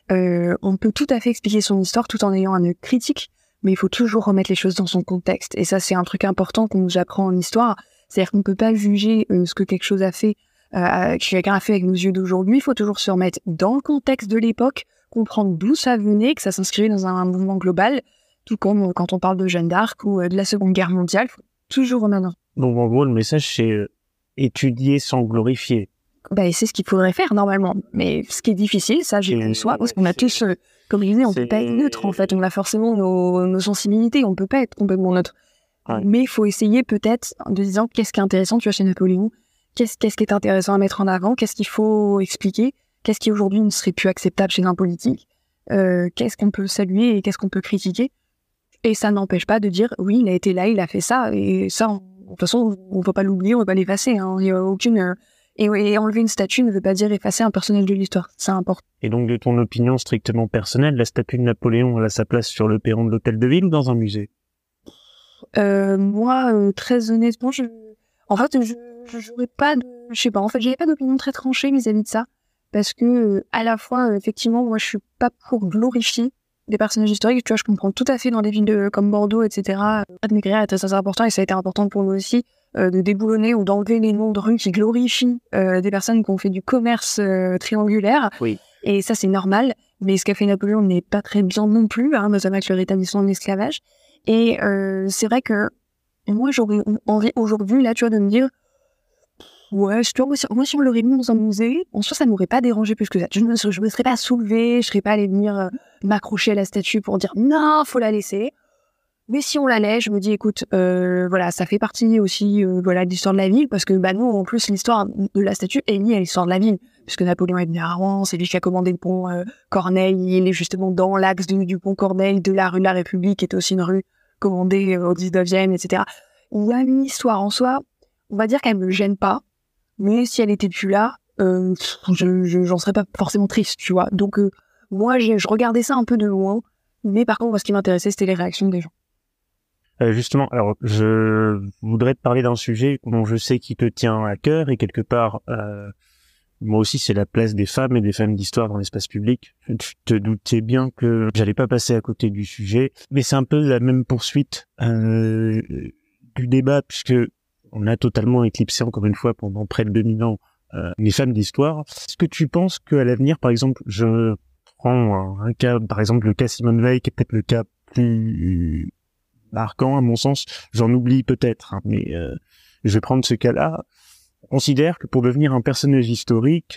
[SPEAKER 2] On peut tout à fait expliquer son histoire tout en ayant un œil critique, mais il faut toujours remettre les choses dans son contexte. Et ça, c'est un truc important qu'on nous apprend en histoire. C'est-à-dire qu'on ne peut pas juger ce que quelque chose a fait, quelqu'un a fait avec nos yeux d'aujourd'hui. Il faut toujours se remettre dans le contexte de l'époque, comprendre d'où ça venait, que ça s'inscrivait dans un mouvement global, tout comme quand on parle de Jeanne d'Arc ou de la Seconde Guerre mondiale. Il faut toujours remettre.
[SPEAKER 3] Donc en gros, le message, c'est étudier sans glorifier.
[SPEAKER 2] Et c'est ce qu'il faudrait faire normalement. Mais ce qui est difficile, ça, je le conçois, parce qu'on a tous, comme je disais, on ne peut pas être neutre en fait. On a forcément nos sensibilités, on ne peut pas être complètement neutre. Ouais. Mais il faut essayer peut-être de dire qu'est-ce qui est intéressant, tu vois, chez Napoléon, qu'est-ce qui est intéressant à mettre en avant, qu'est-ce qu'il faut expliquer, qu'est-ce qui aujourd'hui ne serait plus acceptable chez un politique, qu'est-ce qu'on peut saluer et qu'est-ce qu'on peut critiquer. Et ça n'empêche pas de dire oui, il a été là, il a fait ça, et ça, de toute façon, on ne va pas l'oublier, on ne va pas l'effacer. Hein. Il n'y a aucune. Et enlever une statue ne veut pas dire effacer un personnage de l'histoire, c'est important.
[SPEAKER 3] Et donc, de ton opinion strictement personnelle, la statue de Napoléon, elle a sa place sur le perron de l'hôtel de ville ou dans un musée?
[SPEAKER 2] Moi, très honnêtement, je j'aurais pas de, je sais pas, en fait, j'avais pas d'opinion très tranchée vis-à-vis de ça, parce que à la fois, effectivement, moi, je suis pas pour glorifier des personnages historiques. Tu vois, je comprends tout à fait dans des villes comme Bordeaux, etc. De m'écrire est très important, et ça a été important pour nous aussi de déboulonner ou d'enlever les noms de rues qui glorifient des personnes qui ont fait du commerce triangulaire. Oui. Et ça, c'est normal. Mais ce qu'a fait Napoléon n'est pas très bien non plus, hein, notamment avec le rétablissement de l'esclavage. Et c'est vrai que moi, j'aurais envie aujourd'hui, là, tu vois, de me dire, ouais, moi, si on l'aurait mis dans un musée, en soi, ça m'aurait pas dérangé plus que ça. Je me serais pas soulevée, je serais pas allée venir m'accrocher à la statue pour dire, non, faut la laisser. Mais si on la laisse, je me dis, écoute, voilà, ça fait partie aussi, voilà, de l'histoire de la ville, parce que, nous, en plus, l'histoire de la statue est liée à l'histoire de la ville, puisque Napoléon est venu à Rouen, c'est lui qui a commandé le pont Corneille, il est justement dans l'axe du pont Corneille, de la rue de la République, qui est aussi une rue commandée au 19e, etc. Il y a une histoire en soi, on va dire qu'elle me gêne pas, mais si elle était plus là, j'en serais pas forcément triste, tu vois. Donc, moi, je regardais ça un peu de loin, mais par contre, ce qui m'intéressait, c'était les réactions des gens.
[SPEAKER 3] Justement, alors je voudrais te parler d'un sujet dont je sais qui te tient à cœur et quelque part, moi aussi, c'est la place des femmes et des femmes d'histoire dans l'espace public. Je te doutais bien que j'allais pas passer à côté du sujet, mais c'est un peu la même poursuite du débat puisque on a totalement éclipsé encore une fois pendant près de 2000 ans les femmes d'histoire. Est-ce que tu penses qu'à l'avenir, par exemple, je prends un cas, par exemple le cas Simone Veil, qui est peut-être le cas plus marquant à mon sens, j'en oublie peut-être, hein, mais je vais prendre ce cas-là. On considère que pour devenir un personnage historique,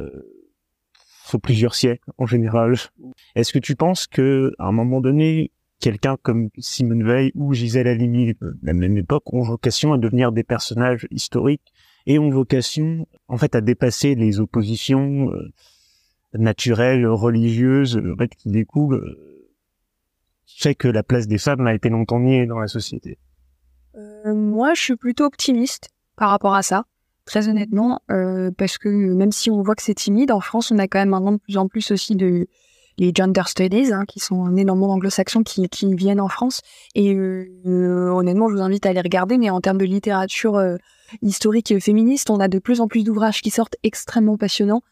[SPEAKER 3] faut plusieurs siècles en général. Est-ce que tu penses que à un moment donné, quelqu'un comme Simone Veil ou Gisèle Halimi, de la même époque, ont vocation à devenir des personnages historiques et ont vocation, en fait, à dépasser les oppositions naturelles, religieuses, qui découlent, fait que la place des femmes a été longtemps niée dans la société.
[SPEAKER 2] Moi, je suis plutôt optimiste par rapport à ça, très honnêtement, parce que même si on voit que c'est timide, en France, on a quand même maintenant de plus en plus aussi les gender studies, qui sont un énorme monde anglo-saxon qui viennent en France. Et honnêtement, je vous invite à les regarder, mais en termes de littérature historique et féministe, on a de plus en plus d'ouvrages qui sortent extrêmement passionnants.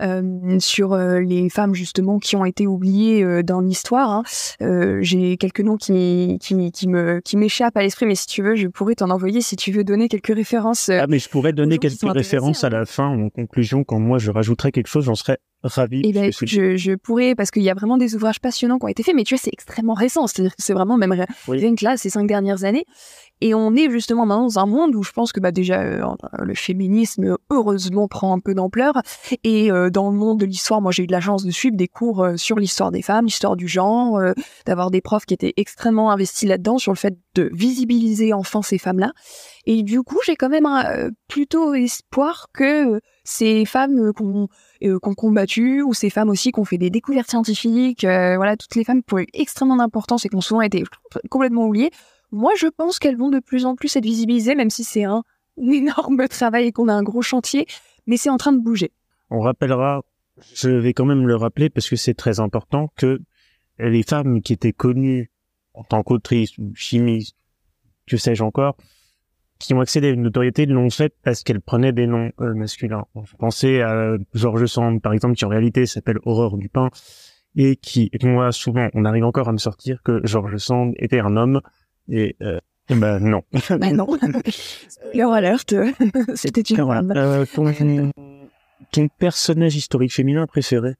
[SPEAKER 2] Sur les femmes justement qui ont été oubliées dans l'histoire. J'ai quelques noms qui m'échappent à l'esprit, mais si tu veux, je pourrais t'en envoyer si tu veux donner quelques références.
[SPEAKER 3] Mais je pourrais donner quelques références à la fin, en conclusion, quand moi je rajouterais quelque chose, j'en serais ravi.
[SPEAKER 2] Et ben, je pourrais, parce qu'il y a vraiment des ouvrages passionnants qui ont été faits, mais tu vois, c'est extrêmement récent, c'est-à-dire que c'est vraiment même rien que là, ces 5 dernières années. Et on est justement maintenant dans un monde où je pense que déjà le féminisme heureusement prend un peu d'ampleur. Et dans le monde de l'histoire, moi j'ai eu de la chance de suivre des cours sur l'histoire des femmes, l'histoire du genre, d'avoir des profs qui étaient extrêmement investis là-dedans sur le fait de visibiliser enfin ces femmes-là. Et du coup, j'ai quand même plutôt espoir que ces femmes qu'on combattu, ou ces femmes aussi qui ont fait des découvertes scientifiques, toutes les femmes qui ont eu extrêmement d'importance et qui ont souvent été complètement oubliées. Moi, je pense qu'elles vont de plus en plus être visibilisées, même si c'est un énorme travail et qu'on a un gros chantier, mais c'est en train de bouger.
[SPEAKER 3] On rappellera, je vais quand même le rappeler parce que c'est très important, que les femmes qui étaient connues en tant qu'autrices ou chimistes, que sais-je encore, qui ont accédé à une notoriété l'ont fait parce qu'elles prenaient des noms masculins. Je pensais à George Sand, par exemple, qui en réalité s'appelle Aurore Dupin, et qui, moi, souvent, on arrive encore à me sortir que George Sand était un homme, et non.
[SPEAKER 2] Non. Spoiler alert, c'était une femme.
[SPEAKER 3] Ton personnage historique féminin préféré?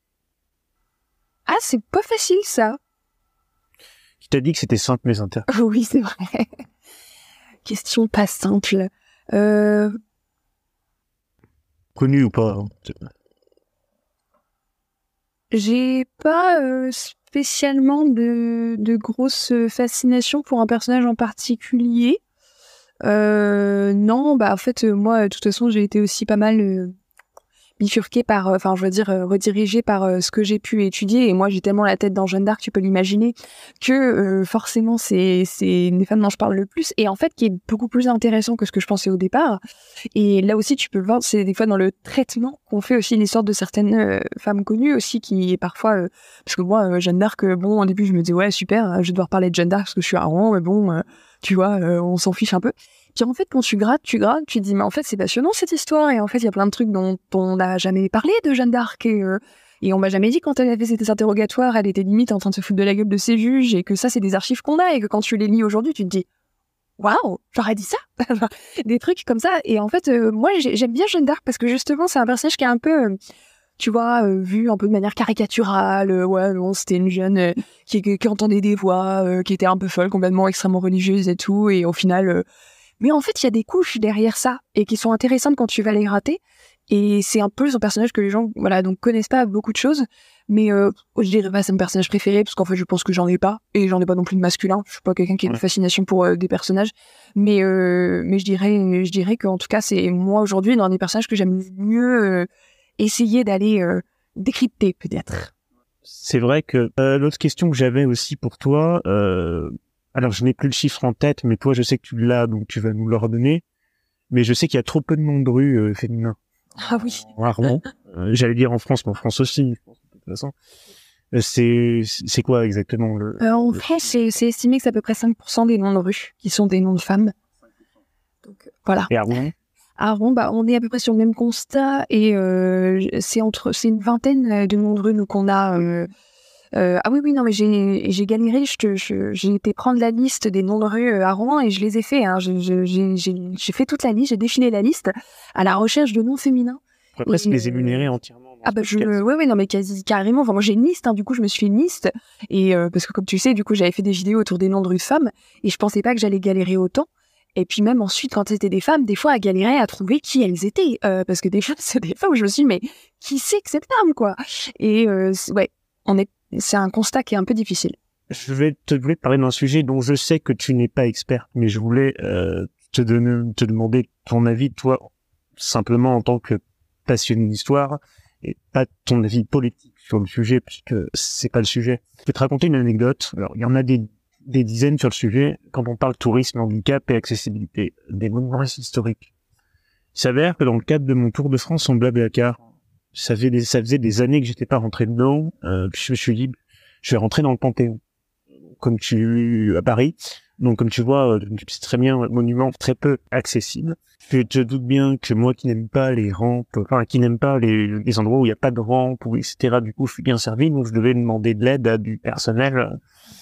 [SPEAKER 2] Ah, c'est pas facile, ça.
[SPEAKER 3] Qui t'a dit que c'était simple, mais intéressant?
[SPEAKER 2] Oui, c'est vrai. Question pas simple.
[SPEAKER 3] Connu ou pas, hein.
[SPEAKER 2] J'ai pas spécialement de grosse fascination pour un personnage en particulier. Non, en fait, moi, de toute façon, j'ai été aussi pas mal bifurquée par, redirigée par ce que j'ai pu étudier. Et moi, j'ai tellement la tête dans Jeanne d'Arc, tu peux l'imaginer, que forcément, c'est les femmes dont je parle le plus. Et en fait, qui est beaucoup plus intéressant que ce que je pensais au départ. Et là aussi, tu peux le voir, c'est des fois dans le traitement qu'on fait aussi l'histoire de certaines femmes connues aussi, qui est parfois... parce que moi, Jeanne d'Arc, au début, je me disais, ouais, super, je vais devoir parler de Jeanne d'Arc parce que je suis un rond, mais bon, tu vois, on s'en fiche un peu. Puis en fait, quand tu grattes, tu te dis, mais en fait, c'est passionnant cette histoire. Et en fait, il y a plein de trucs dont on n'a jamais parlé de Jeanne d'Arc. Et on m'a jamais dit quand elle avait fait ses interrogatoires, elle était limite en train de se foutre de la gueule de ses juges. Et que ça, c'est des archives qu'on a. Et que quand tu les lis aujourd'hui, tu te dis, waouh, j'aurais dit ça. Des trucs comme ça. Et en fait, moi, j'aime bien Jeanne d'Arc parce que justement, c'est un personnage qui est un peu... tu vois, vu un peu de manière caricaturale, c'était une jeune qui entendait des voix, qui était un peu folle, complètement extrêmement religieuse et tout, et au final... Mais en fait, il y a des couches derrière ça, et qui sont intéressantes quand tu vas les gratter, et c'est un peu son personnage que les gens, donc connaissent pas beaucoup de choses, mais je dirais pas c'est mon personnage préféré, parce qu'en fait, je pense que j'en ai pas, et j'en ai pas non plus de masculin, je suis pas quelqu'un qui a une fascination pour des personnages, mais je dirais qu'en tout cas, c'est moi aujourd'hui, dans des personnages que j'aime mieux... essayer d'aller décrypter, peut-être.
[SPEAKER 3] C'est vrai que l'autre question que j'avais aussi pour toi, alors je n'ai plus le chiffre en tête, mais toi je sais que tu l'as, donc tu vas nous le redonner, mais je sais qu'il y a trop peu de noms de rue féminins.
[SPEAKER 2] Ah oui.
[SPEAKER 3] Rarement. J'allais dire en France, mais en France aussi, je pense, de toute façon. C'est quoi exactement
[SPEAKER 2] En France, c'est estimé que c'est à peu près 5% des noms de rue qui sont des noms de femmes. Donc, voilà.
[SPEAKER 3] Et à Rouen?
[SPEAKER 2] À Rouen, on est à peu près sur le même constat et c'est une vingtaine de noms de rue qu'on a. Ah oui, non, mais j'ai galéré. J'ai été prendre la liste des noms de rue à Rouen et je les ai fait. Hein. J'ai fait toute la liste, j'ai défilé la liste à la recherche de noms féminins.
[SPEAKER 3] On pourrait presque les énumérer entièrement.
[SPEAKER 2] Ouais, non, mais quasi carrément. Enfin, moi, j'ai une liste. Hein, du coup, je me suis fait une liste et parce que comme tu sais, du coup, j'avais fait des vidéos autour des noms de rue de femmes et je pensais pas que j'allais galérer autant. Et puis même ensuite, quand c'était des femmes, des fois, à galérer à trouver qui elles étaient. Parce que des fois, c'est des fois où je me suis dit, mais qui c'est que cette femme, quoi? Et ouais, c'est un constat qui est un peu difficile.
[SPEAKER 3] Je voulais te parler d'un sujet dont je sais que tu n'es pas experte, mais je voulais te demander ton avis, toi, simplement en tant que passionné d'histoire, et pas ton avis politique sur le sujet, puisque c'est pas le sujet. Je vais te raconter une anecdote. Alors, il y en a des dizaines sur le sujet quand on parle tourisme, handicap et accessibilité des monuments historiques. Il s'avère que dans le cadre de mon tour de France en Blablacar, ça faisait des années que j'étais pas rentré dedans, puis je me suis dit, je vais rentrer dans le Panthéon, à Paris. Donc, comme tu vois, c'est très bien un monument très peu accessible. Je te doute bien que moi qui n'aime pas les rampes, enfin, qui n'aime pas les endroits où il n'y a pas de rampe, ou etc., du coup, je suis bien servi, donc je devais demander de l'aide à du personnel,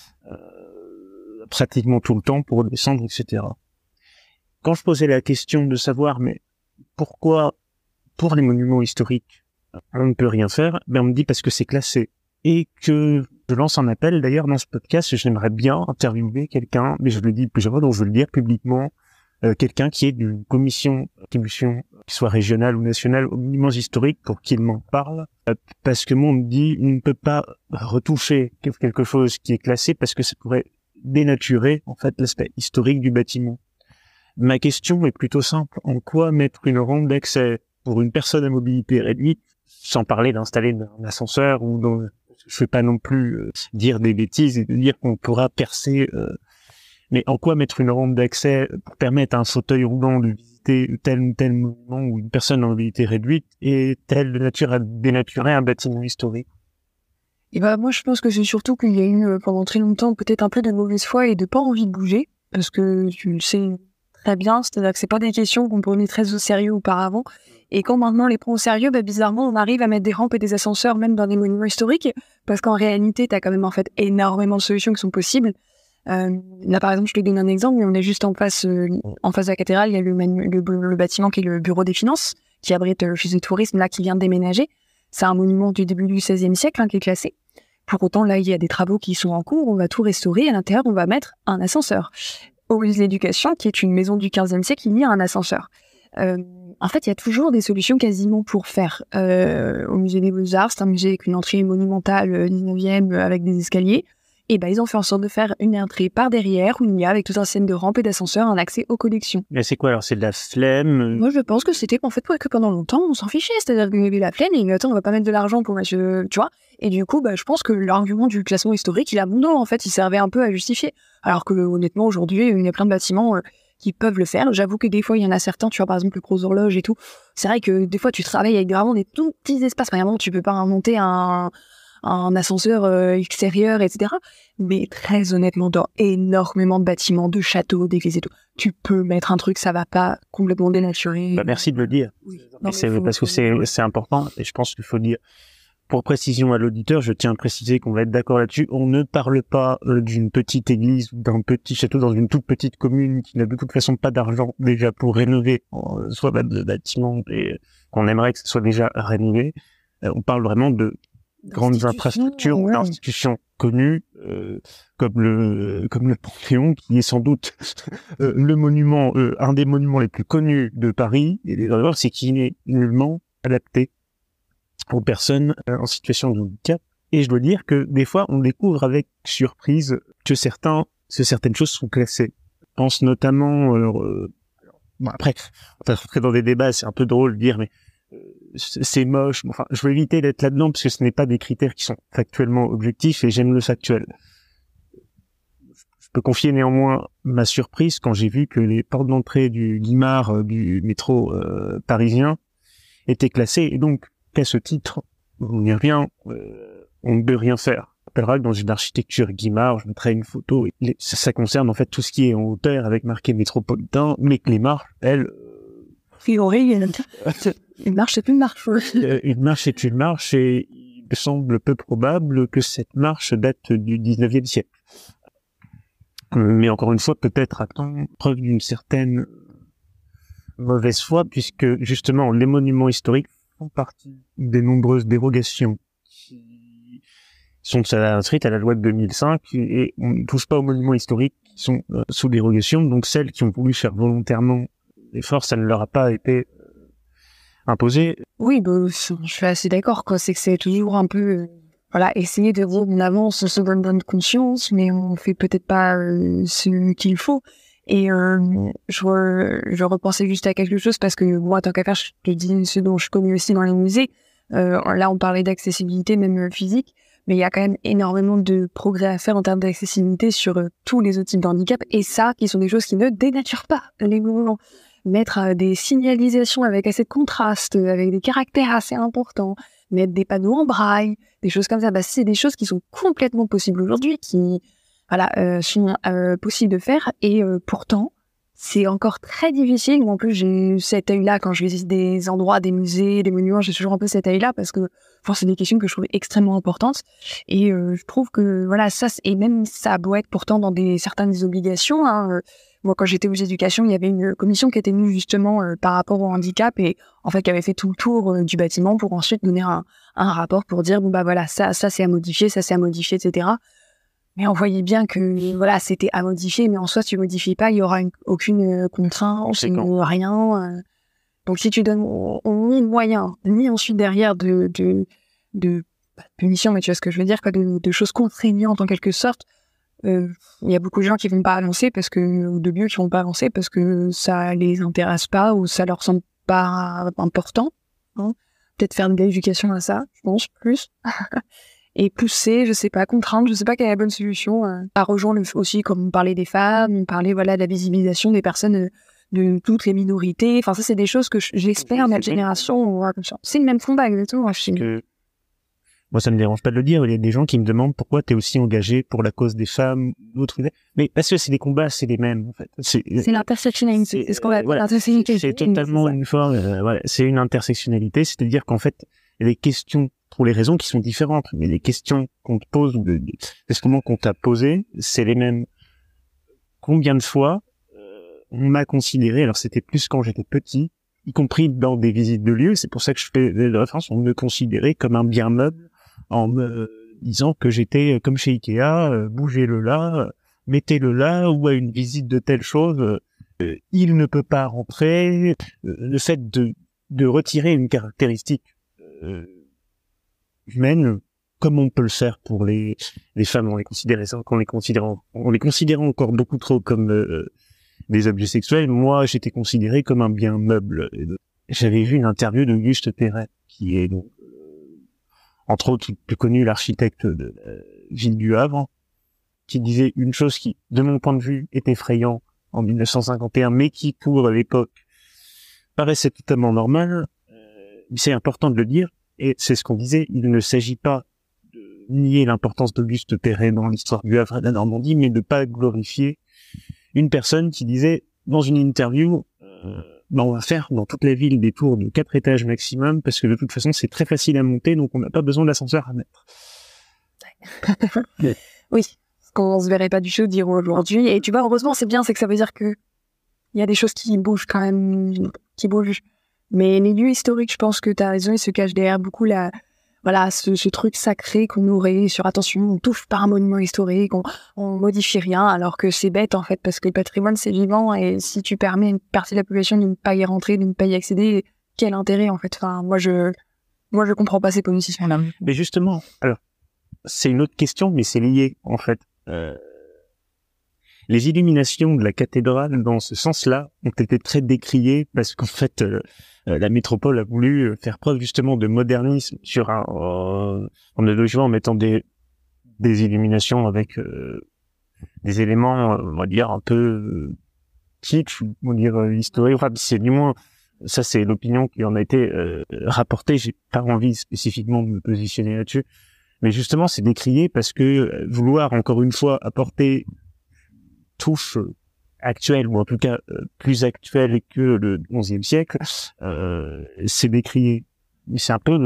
[SPEAKER 3] pratiquement tout le temps pour descendre, etc. Quand je posais la question de savoir, mais pourquoi, pour les monuments historiques, on ne peut rien faire, on me dit parce que c'est classé. Et que je lance un appel, d'ailleurs, dans ce podcast, j'aimerais bien interviewer quelqu'un, mais je le dis plusieurs fois, donc je veux le dire publiquement, quelqu'un qui est d'une commission d'attribution, qui soit régionale ou nationale, aux monuments historiques, pour qu'il m'en parle. Parce que moi, on me dit, on ne peut pas retoucher quelque chose qui est classé, parce que ça pourrait dénaturer, en fait, l'aspect historique du bâtiment. Ma question est plutôt simple. En quoi mettre une rampe d'accès pour une personne à mobilité réduite, sans parler d'installer un ascenseur ou je vais pas non plus dire des bêtises et de dire qu'on pourra percer, mais en quoi mettre une rampe d'accès pour permettre à un fauteuil roulant de visiter tel ou tel monument ou une personne à mobilité réduite est-elle de nature à dénaturer un bâtiment historique?
[SPEAKER 2] Et moi, je pense que c'est surtout qu'il y a eu pendant très longtemps peut-être un peu de mauvaise foi et de pas envie de bouger, parce que tu le sais très bien, c'est-à-dire que c'est pas des questions qu'on prenait très au sérieux auparavant. Et quand maintenant on les prend au sérieux, bizarrement, on arrive à mettre des rampes et des ascenseurs même dans des monuments historiques, parce qu'en réalité, t'as quand même en fait énormément de solutions qui sont possibles. Là, par exemple, je te donne un exemple, mais on est juste en face de la cathédrale, il y a le bâtiment qui est le bureau des finances, qui abrite l'office de tourisme, là, qui vient de déménager. C'est un monument du début du XVIe siècle, qui est classé. Pour autant, là, il y a des travaux qui sont en cours, on va tout restaurer, à l'intérieur, on va mettre un ascenseur. Au musée de l'éducation, qui est une maison du XVe siècle, il y a un ascenseur. En fait, il y a toujours des solutions quasiment pour faire. Au musée des Beaux-Arts, c'est un musée avec une entrée monumentale 19e avec des escaliers. Et ils ont fait en sorte de faire une entrée par derrière où il y a, avec tout un système de rampes et d'ascenseurs, un accès aux collections.
[SPEAKER 3] Mais c'est quoi alors? C'est de la flemme?
[SPEAKER 2] Moi, je pense que c'était qu'en fait, que pendant longtemps, on s'en fichait. C'est-à-dire qu'il y avait la flemme et attends, on va pas mettre de l'argent pour mettre, tu vois. Et du coup, je pense que l'argument du classement historique, il a bon dos, en fait. Il servait un peu à justifier. Alors que, honnêtement, aujourd'hui, il y a plein de bâtiments qui peuvent le faire. J'avoue que des fois, il y en a certains, tu vois, par exemple, le Gros Horloge et tout. C'est vrai que des fois, tu travailles avec vraiment des tout petits espaces. Vraiment, tu peux pas inventer un ascenseur extérieur, etc. Mais très honnêtement, dans énormément de bâtiments, de châteaux, d'églises et tout, tu peux mettre un truc, ça va pas complètement dénaturer.
[SPEAKER 3] Merci de le dire. Oui. Parce que c'est important, et je pense qu'il faut dire. Pour précision à l'auditeur, je tiens à préciser qu'on va être d'accord là-dessus. On ne parle pas d'une petite église ou d'un petit château dans une toute petite commune qui n'a de toute façon pas d'argent déjà pour rénover soit de bâtiments et qu'on aimerait que ce soit déjà rénové. On parle vraiment de grandes infrastructures, d'institutions connues comme le Panthéon, qui est sans doute le monument, un des monuments les plus connus de Paris. Et d'ailleurs, c'est qu'il n'est nullement adapté aux personnes en situation de handicap. Et je dois dire que des fois, on découvre avec surprise que certaines choses sont classées. Je pense notamment, après, on va rentrer dans des débats, c'est un peu drôle de dire, mais c'est moche. Enfin, je veux éviter d'être là-dedans parce que ce n'est pas des critères qui sont factuellement objectifs et j'aime le factuel. Je peux confier néanmoins ma surprise quand j'ai vu que les portes d'entrée du Guimard du métro parisien étaient classées et donc, qu'à ce titre, on y revient, on ne peut rien faire. Je rappellerai que dans une architecture Guimard, je mettrai une photo, et ça concerne en fait tout ce qui est en hauteur avec marqué métropolitain, mais que les marches, elles...
[SPEAKER 2] Une marche, c'est une marche.
[SPEAKER 3] Une marche est une marche, et il me semble peu probable que cette marche date du 19e siècle. Mais encore une fois, peut-être a-t-on preuve d'une certaine mauvaise foi, puisque justement les monuments historiques font partie des nombreuses dérogations qui sont inscrites à la loi de 2005, et on ne touche pas aux monuments historiques qui sont sous dérogation. Donc celles qui ont voulu faire volontairement l'effort, ça ne leur a pas été imposé.
[SPEAKER 2] Oui, je suis assez d'accord, quoi. C'est que c'est toujours un peu, essayer de dire on avance sur bonne conscience, mais on fait peut-être pas ce qu'il faut. Et je repensais juste à quelque chose, parce que moi, tant qu'à faire, je te dis ce dont je connais aussi dans les musées. Là, on parlait d'accessibilité, même physique, mais il y a quand même énormément de progrès à faire en termes d'accessibilité sur tous les autres types de handicap, et ça, qui sont des choses qui ne dénaturent pas les mouvements. Mettre des signalisations avec assez de contraste, avec des caractères assez importants, mettre des panneaux en braille, des choses comme ça, c'est des choses qui sont complètement possibles aujourd'hui, qui sont possibles de faire, et pourtant c'est encore très difficile. Moi, en plus, j'ai cet œil-là quand je visite des endroits, des musées, des monuments, j'ai toujours un peu cet œil-là, parce que c'est des questions que je trouve extrêmement importantes, et je trouve que ça, et même ça a beau être pourtant dans certaines obligations, moi, quand j'étais aux éducations, il y avait une commission qui était venue justement par rapport au handicap, et en fait qui avait fait tout le tour du bâtiment pour ensuite donner un rapport pour dire ça c'est à modifier, ça c'est à modifier, etc. Mais on voyait bien que c'était à modifier, mais en soi si tu modifies pas, il y aura aucune contrainte, rien. Donc si tu donnes ni le moyen, ni ensuite derrière de pas de punition, mais tu vois ce que je veux dire, quoi, de choses contraignantes en quelque sorte. Il y a beaucoup de gens qui vont pas avancer ou de lieux qui vont pas avancer parce que ça les intéresse pas ou ça leur semble pas important. Peut-être faire de l'éducation à ça, je pense, plus. Et pousser, je sais pas, contraindre, je sais pas quelle est la bonne solution. À rejoindre aussi, comme on parlait des femmes, on parlait de la visibilisation des personnes de toutes les minorités. Enfin, ça, c'est des choses que j'espère notre génération aura comme ça. C'est le même combat, exactement.
[SPEAKER 3] Moi, ça me dérange pas de le dire. Il y a des gens qui me demandent pourquoi t'es aussi engagé pour la cause des femmes, d'autres. Mais parce que c'est des combats, c'est les mêmes, en fait. C'est
[SPEAKER 2] l'intersectionnalité. C'est ce qu'on appelle l'intersectionnalité.
[SPEAKER 3] C'est totalement une forme, c'est une intersectionnalité. C'est-à-dire qu'en fait, il y a des questions pour les raisons qui sont différentes. Mais les questions qu'on te pose, justement, qu'on t'a posées, c'est les mêmes. Combien de fois, on m'a considéré, alors c'était plus quand j'étais petit, y compris dans des visites de lieux, c'est pour ça que je fais des références, on me considérait comme un bien meuble, en me disant que j'étais comme chez Ikea, bougez-le là, mettez-le là, ou à une visite de telle chose, il ne peut pas rentrer. Le fait de retirer une caractéristique humaine, comme on peut le faire pour les femmes, on les considérait encore beaucoup trop comme des objets sexuels. Moi, j'étais considéré comme un bien meuble. J'avais vu une interview de Auguste Perret, qui est donc entre autres le plus connu, l'architecte de la ville du Havre, qui disait une chose qui, de mon point de vue, est effrayant en 1951, mais qui, pour l'époque, paraissait totalement normal. C'est important de le dire, et c'est ce qu'on disait, il ne s'agit pas de nier l'importance d'Auguste Perret dans l'histoire du Havre et de la Normandie, mais de pas glorifier une personne qui disait dans une interview, on va faire dans toute la ville des tours de 4 étages maximum, parce que de toute façon, c'est très facile à monter, donc on n'a pas besoin d'ascenseur à mettre.
[SPEAKER 2] Oui, ce qu'on se verrait pas du tout dire aujourd'hui. Et tu vois, heureusement, c'est bien, c'est que ça veut dire que il y a des choses qui bougent quand même, qui bougent. Mais les lieux historiques, je pense que tu as raison, ils se cachent derrière beaucoup ce truc sacré qu'on aurait sur attention, on touche pas un monument historique, on modifie rien, alors que c'est bête en fait, parce que le patrimoine c'est vivant, et si tu permets à une partie de la population de ne pas y rentrer, de ne pas y accéder, quel intérêt en fait? Enfin, moi je comprends pas ces positions-là.
[SPEAKER 3] Mais justement, alors c'est une autre question, mais c'est lié en fait. Les illuminations de la cathédrale, dans ce sens-là, ont été très décriées parce qu'en fait, la métropole a voulu faire preuve justement de modernisme sur en mettant des illuminations avec des éléments, on va dire un peu kitsch, on va dire historique. Enfin, c'est du moins ça, c'est l'opinion qui en a été rapportée. J'ai pas envie spécifiquement de me positionner là-dessus. Mais justement, c'est décrié parce que vouloir, encore une fois, apporter touche actuelle, ou en tout cas plus actuelle que le XIe siècle, c'est décrié. Mais c'est un peu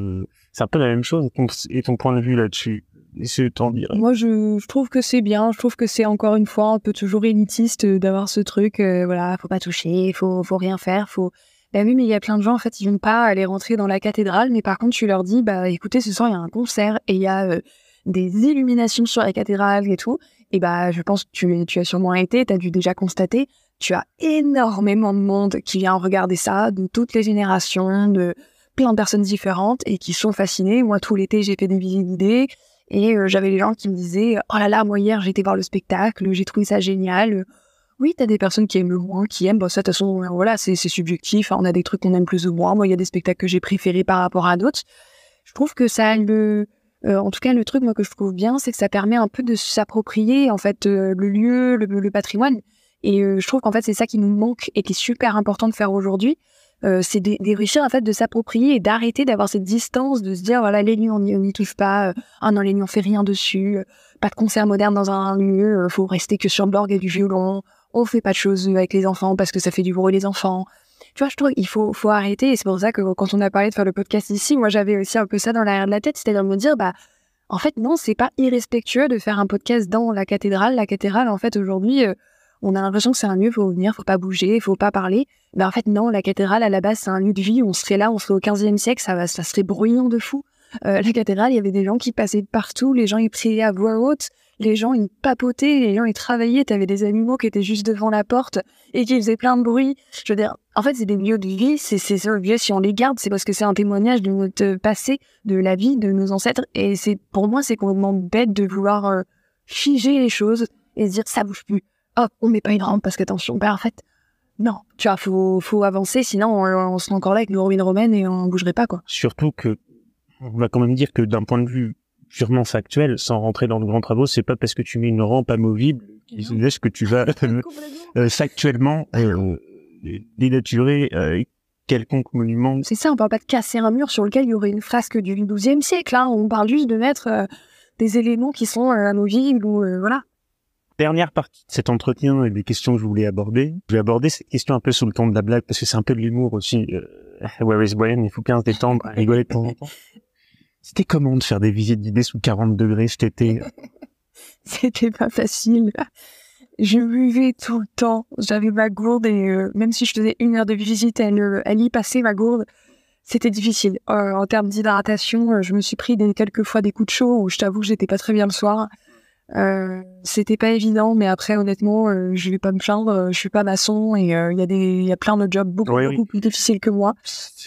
[SPEAKER 3] la même chose. Et ton point de vue là-dessus, essaie de t'en dire.
[SPEAKER 2] Moi, je trouve que c'est bien. Je trouve que c'est encore une fois un peu toujours élitiste d'avoir ce truc. Voilà, faut pas toucher, faut rien faire, faut. Bah oui, mais il y a plein de gens en fait, ils vont pas aller rentrer dans la cathédrale, mais par contre, tu leur dis, bah écoutez, ce soir il y a un concert et il y a des illuminations sur la cathédrale et tout. Et bah, je pense que tu as sûrement été, t'as dû déjà constater, tu as énormément de monde qui vient regarder ça, de toutes les générations, de plein de personnes différentes et qui sont fascinées. Moi, tout l'été, j'ai fait des visites guidées. Et j'avais les gens qui me disaient « Oh là là, moi hier, j'ai été voir le spectacle, j'ai trouvé ça génial. » Oui, t'as des personnes qui aiment le moins, qui aiment. Bon, ça, de toute façon, voilà, c'est subjectif. Hein, on a des trucs qu'on aime plus ou moins. Moi, il y a des spectacles que j'ai préférés par rapport à d'autres. Je trouve que ça en tout cas, le truc, moi, que je trouve bien, c'est que ça permet un peu de s'approprier, en fait, le lieu, le patrimoine. Et je trouve qu'en fait, c'est ça qui nous manque et qui est super important de faire aujourd'hui. C'est de réussir en fait de s'approprier et d'arrêter d'avoir cette distance, de se dire voilà les lieux on n'y touche pas, ah non les lieux on fait rien dessus, pas de concert moderne dans un lieu, faut rester que sur l'orgue et du violon, on fait pas de choses avec les enfants parce que ça fait du bruit les enfants. Tu vois, je trouve qu'il faut arrêter et c'est pour ça que quand on a parlé de faire le podcast ici, moi j'avais aussi un peu ça dans l'arrière de la tête, c'est-à-dire de me dire bah en fait non, c'est pas irrespectueux de faire un podcast dans la cathédrale. La cathédrale en fait aujourd'hui on a l'impression que c'est un lieu, faut venir, faut pas bouger, faut pas parler. Mais en fait, non, la cathédrale, à la base, c'est un lieu de vie. On serait là, on serait au 15e siècle, ça serait bruyant de fou. La cathédrale, il y avait des gens qui passaient de partout, les gens, ils priaient à voix haute, les gens, ils papotaient, les gens, ils travaillaient, t'avais des animaux qui étaient juste devant la porte et qui faisaient plein de bruit. Je veux dire, en fait, c'est des lieux de vie, c'est ça, le lieu, si on les garde, c'est parce que c'est un témoignage de notre passé, de la vie, de nos ancêtres. Et pour moi, c'est complètement bête de vouloir figer les choses et se dire, ça bouge plus. Hop, on met pas une rampe parce qu'attention, ben en fait, non, tu vois, faut avancer, sinon on serait encore là avec nos ruines romaines et on bougerait pas, quoi.
[SPEAKER 3] Surtout que, on va quand même dire que d'un point de vue purement factuel, sans rentrer dans de grands travaux, c'est pas parce que tu mets une rampe amovible qui laisse que tu vas factuellement dénaturer quelconque monument.
[SPEAKER 2] C'est ça, on parle pas de casser un mur sur lequel il y aurait une fresque du XIIe siècle, hein. On parle juste de mettre des éléments qui sont amovibles ou voilà.
[SPEAKER 3] Dernière partie de cet entretien et des questions que je voulais aborder. Je vais aborder cette question un peu sous le ton de la blague parce que c'est un peu de l'humour aussi. Where is Brian? Il faut bien se détendre, rigoler de temps en temps. C'était comment de faire des visites guidées sous 40 degrés cet été?
[SPEAKER 2] C'était pas facile. Je buvais tout le temps. J'avais ma gourde et même si je faisais 1 heure de visite, elle y passait ma gourde. C'était difficile. En termes d'hydratation, je me suis pris quelques fois des coups de chaud où je t'avoue que j'étais pas très bien le soir. C'était pas évident, mais après honnêtement, je vais pas me plaindre. Je suis pas maçon et il y a plein de jobs beaucoup plus difficiles que moi.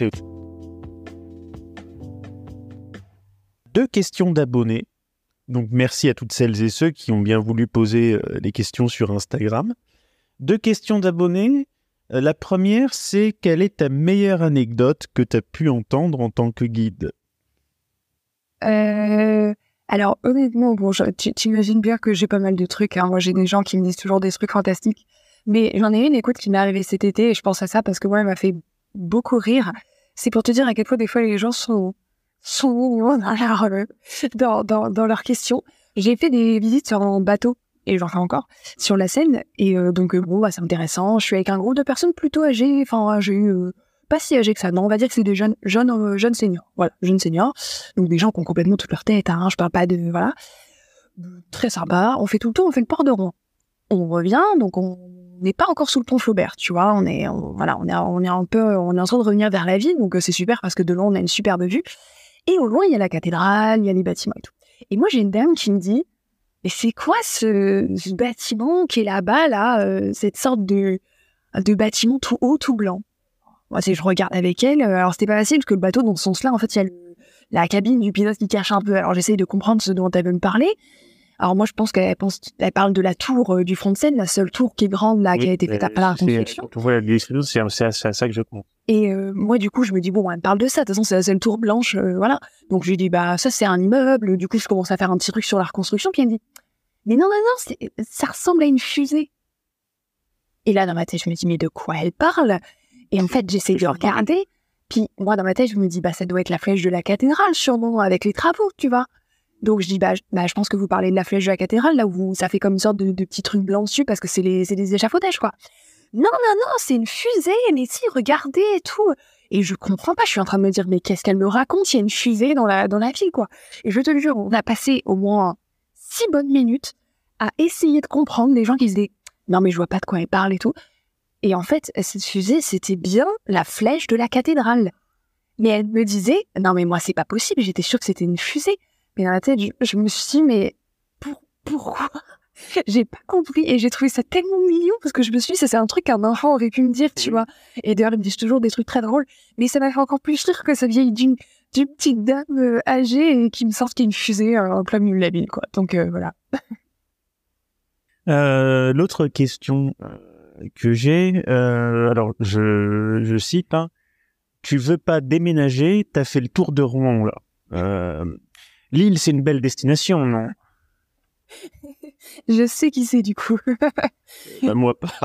[SPEAKER 1] Deux questions d'abonnés. Donc merci à toutes celles et ceux qui ont bien voulu poser les questions sur Instagram. 2 questions d'abonnés. La première, c'est quelle est ta meilleure anecdote que tu as pu entendre en tant que guide?
[SPEAKER 2] Alors honnêtement, bon, t'imagines bien que j'ai pas mal de trucs, hein. Moi j'ai des gens qui me disent toujours des trucs fantastiques, mais j'en ai une, écoute, qui m'est arrivée cet été et je pense à ça parce que moi elle m'a fait beaucoup rire. C'est pour te dire à quel point des fois les gens sont mignons dans leurs questions. J'ai fait des visites sur un bateau et j'en fais encore sur la Seine et donc bon bah c'est intéressant. Je suis avec un groupe de personnes plutôt âgées, enfin j'ai pas si âgés que ça, non, on va dire que c'est des jeunes seniors, voilà, jeunes seniors, donc des gens qui ont complètement toute leur tête, hein, je parle pas de, voilà, très sympa, on fait tout le tour, on fait le port de Rouen, on revient, donc on n'est pas encore sous le pont Flaubert, tu vois, on est en train de revenir vers la ville, donc c'est super parce que de loin on a une superbe vue, et au loin il y a la cathédrale, il y a les bâtiments et tout, et moi j'ai une dame qui me dit, mais c'est quoi ce bâtiment qui est là-bas, là, cette sorte de bâtiment tout haut, tout blanc? Moi, si je regarde avec elle, alors c'était pas facile parce que le bateau, dans ce sens-là, en fait, il y a la cabine du pilote qui cache un peu. Alors j'essaye de comprendre ce dont elle veut me parler. Alors moi, je pense qu'elle parle de la tour du front de Seine, la seule tour qui est grande là, qui a été faite à la construction.
[SPEAKER 3] C'est à ça que je comprends.
[SPEAKER 2] Et moi, du coup, je me dis bon, elle me parle de ça. De toute façon, c'est la seule tour blanche, voilà. Donc je lui dis bah ça c'est un immeuble. Du coup, je commence à faire un petit truc sur la reconstruction. Puis elle me dit mais non, ça ressemble à une fusée. Et là, dans ma tête, je me dis mais de quoi elle parle? Et en fait, j'essaie de regarder, puis moi, dans ma tête, je me dis, bah, ça doit être la flèche de la cathédrale, sûrement, avec les travaux, tu vois. Donc je dis je pense que vous parlez de la flèche de la cathédrale, là où ça fait comme une sorte de petits trucs blancs dessus parce que c'est des échafaudages, quoi. Non, c'est une fusée, mais si, regardez et tout. Et je comprends pas, je suis en train de me dire, mais qu'est-ce qu'elle me raconte? Il y a une fusée dans la ville, quoi. Et je te le jure, on a passé au moins 6 bonnes minutes à essayer de comprendre les gens qui se disaient, non, mais je vois pas de quoi elle parle et tout. Et en fait, cette fusée, c'était bien la flèche de la cathédrale. Mais elle me disait, non, mais moi, c'est pas possible, j'étais sûre que c'était une fusée. Mais dans la tête, je me suis dit, mais pourquoi? J'ai pas compris et j'ai trouvé ça tellement mignon parce que je me suis dit, ça c'est un truc qu'un enfant aurait pu me dire, tu vois. Et d'ailleurs, ils me disent toujours des trucs très drôles, mais ça m'a fait encore plus rire que ça vieille d'une petite dame âgée et qui me sorte qu'il y a une fusée en plein milieu de la ville, quoi. Donc voilà.
[SPEAKER 3] L'autre question que j'ai, alors je cite, hein, tu veux pas déménager, t'as fait le tour de Rouen là. Lille, c'est une belle destination, non?
[SPEAKER 2] Je sais qui c'est du coup.
[SPEAKER 3] Bah, moi pas.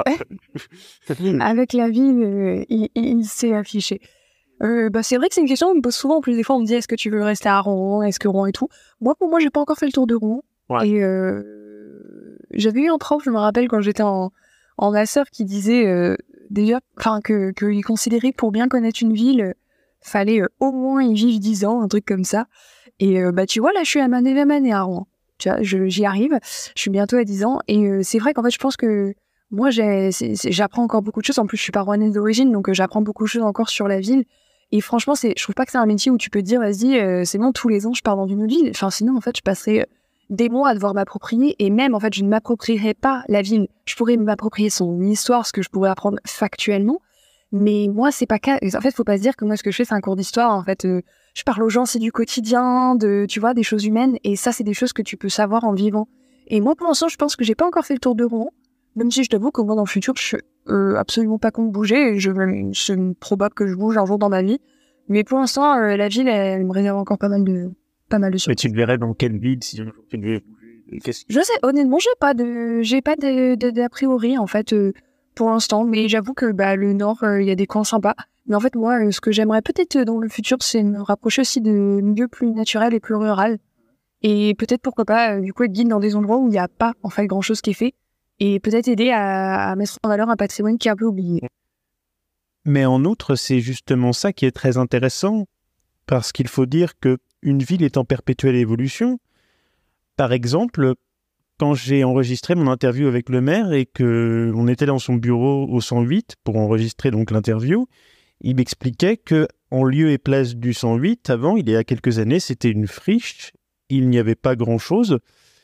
[SPEAKER 2] Avec la ville, il s'est affiché. C'est vrai que c'est une question qu'on me pose souvent. En plus, des fois, on me dit est-ce que tu veux rester à Rouen, est-ce que Rouen et tout. Pour moi, j'ai pas encore fait le tour de Rouen.
[SPEAKER 3] Ouais.
[SPEAKER 2] Et j'avais eu un prof, je me rappelle, quand j'étais en master, qui disait déjà, qu'il considérait que pour bien connaître une ville, fallait au moins y vivre 10 ans, un truc comme ça. Et tu vois, là, je suis à ma 9e année à Rouen. Tu vois, j'y arrive. Je suis bientôt à 10 ans. Et c'est vrai qu'en fait, je pense que moi, j'apprends encore beaucoup de choses. En plus, je suis pas rouennaise d'origine, donc j'apprends beaucoup de choses encore sur la ville. Et franchement, je trouve pas que c'est un métier où tu peux te dire, vas-y, c'est bon, tous les ans, je pars dans une autre ville. Enfin, sinon, en fait, je passerais des mois à devoir m'approprier. Et même, en fait, je ne m'approprierais pas la ville. Je pourrais m'approprier son histoire, ce que je pourrais apprendre factuellement. Mais moi, c'est pas cas. En fait, faut pas se dire que moi, ce que je fais, c'est un cours d'histoire. En fait, je parle aux gens, c'est du quotidien, tu vois, des choses humaines. Et ça, c'est des choses que tu peux savoir en vivant. Et moi, pour l'instant, je pense que j'ai pas encore fait le tour de Rouen. Même si je t'avoue que moi, dans le futur, je suis absolument pas contre bouger. Et c'est probable que je bouge un jour dans ma vie. Mais pour l'instant, la ville, elle me réserve encore pas mal de choses.
[SPEAKER 3] Mais tu te verrais dans quelle ville si un jour tu devais bouger?
[SPEAKER 2] Je sais, honnêtement, j'ai pas d'a priori, en fait, pour l'instant. Mais j'avoue que le Nord, il y a des coins sympas. Mais en fait, moi, ce que j'aimerais peut-être dans le futur, c'est me rapprocher aussi de milieux plus naturels et plus rural. Et peut-être, pourquoi pas, du coup, être guide dans des endroits où il n'y a pas, en fait, grand-chose qui est fait. Et peut-être aider à mettre en valeur un patrimoine qui est un peu oublié.
[SPEAKER 3] Mais en outre, c'est justement ça qui est très intéressant, parce qu'il faut dire que une ville est en perpétuelle évolution. Par exemple, quand j'ai enregistré mon interview avec le maire et que on était dans son bureau au 108 pour enregistrer donc l'interview, il m'expliquait que en lieu et place du 108, avant, il y a quelques années, c'était une friche. Il n'y avait pas grand-chose,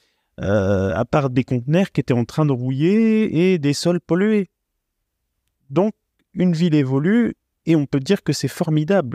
[SPEAKER 3] à part des conteneurs qui étaient en train de rouiller et des sols pollués. Donc, une ville évolue et on peut dire que c'est formidable.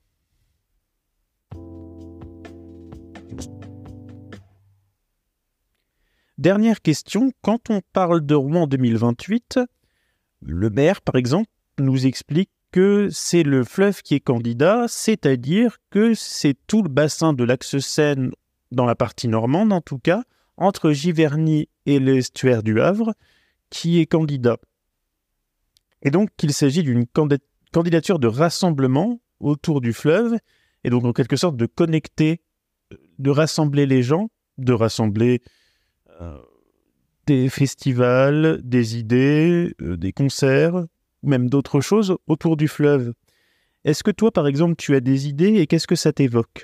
[SPEAKER 3] Dernière question, quand on parle de Rouen 2028, le maire, par exemple, nous explique que c'est le fleuve qui est candidat, c'est-à-dire que c'est tout le bassin de l'axe Seine, dans la partie normande en tout cas, entre Giverny et l'estuaire du Havre, qui est candidat. Et donc qu'il s'agit d'une candidature de rassemblement autour du fleuve, et donc en quelque sorte de connecter, de rassembler les gens, de rassembler des festivals, des idées, des concerts, même d'autres choses autour du fleuve. Est-ce que toi, par exemple, tu as des idées et qu'est-ce que ça t'évoque?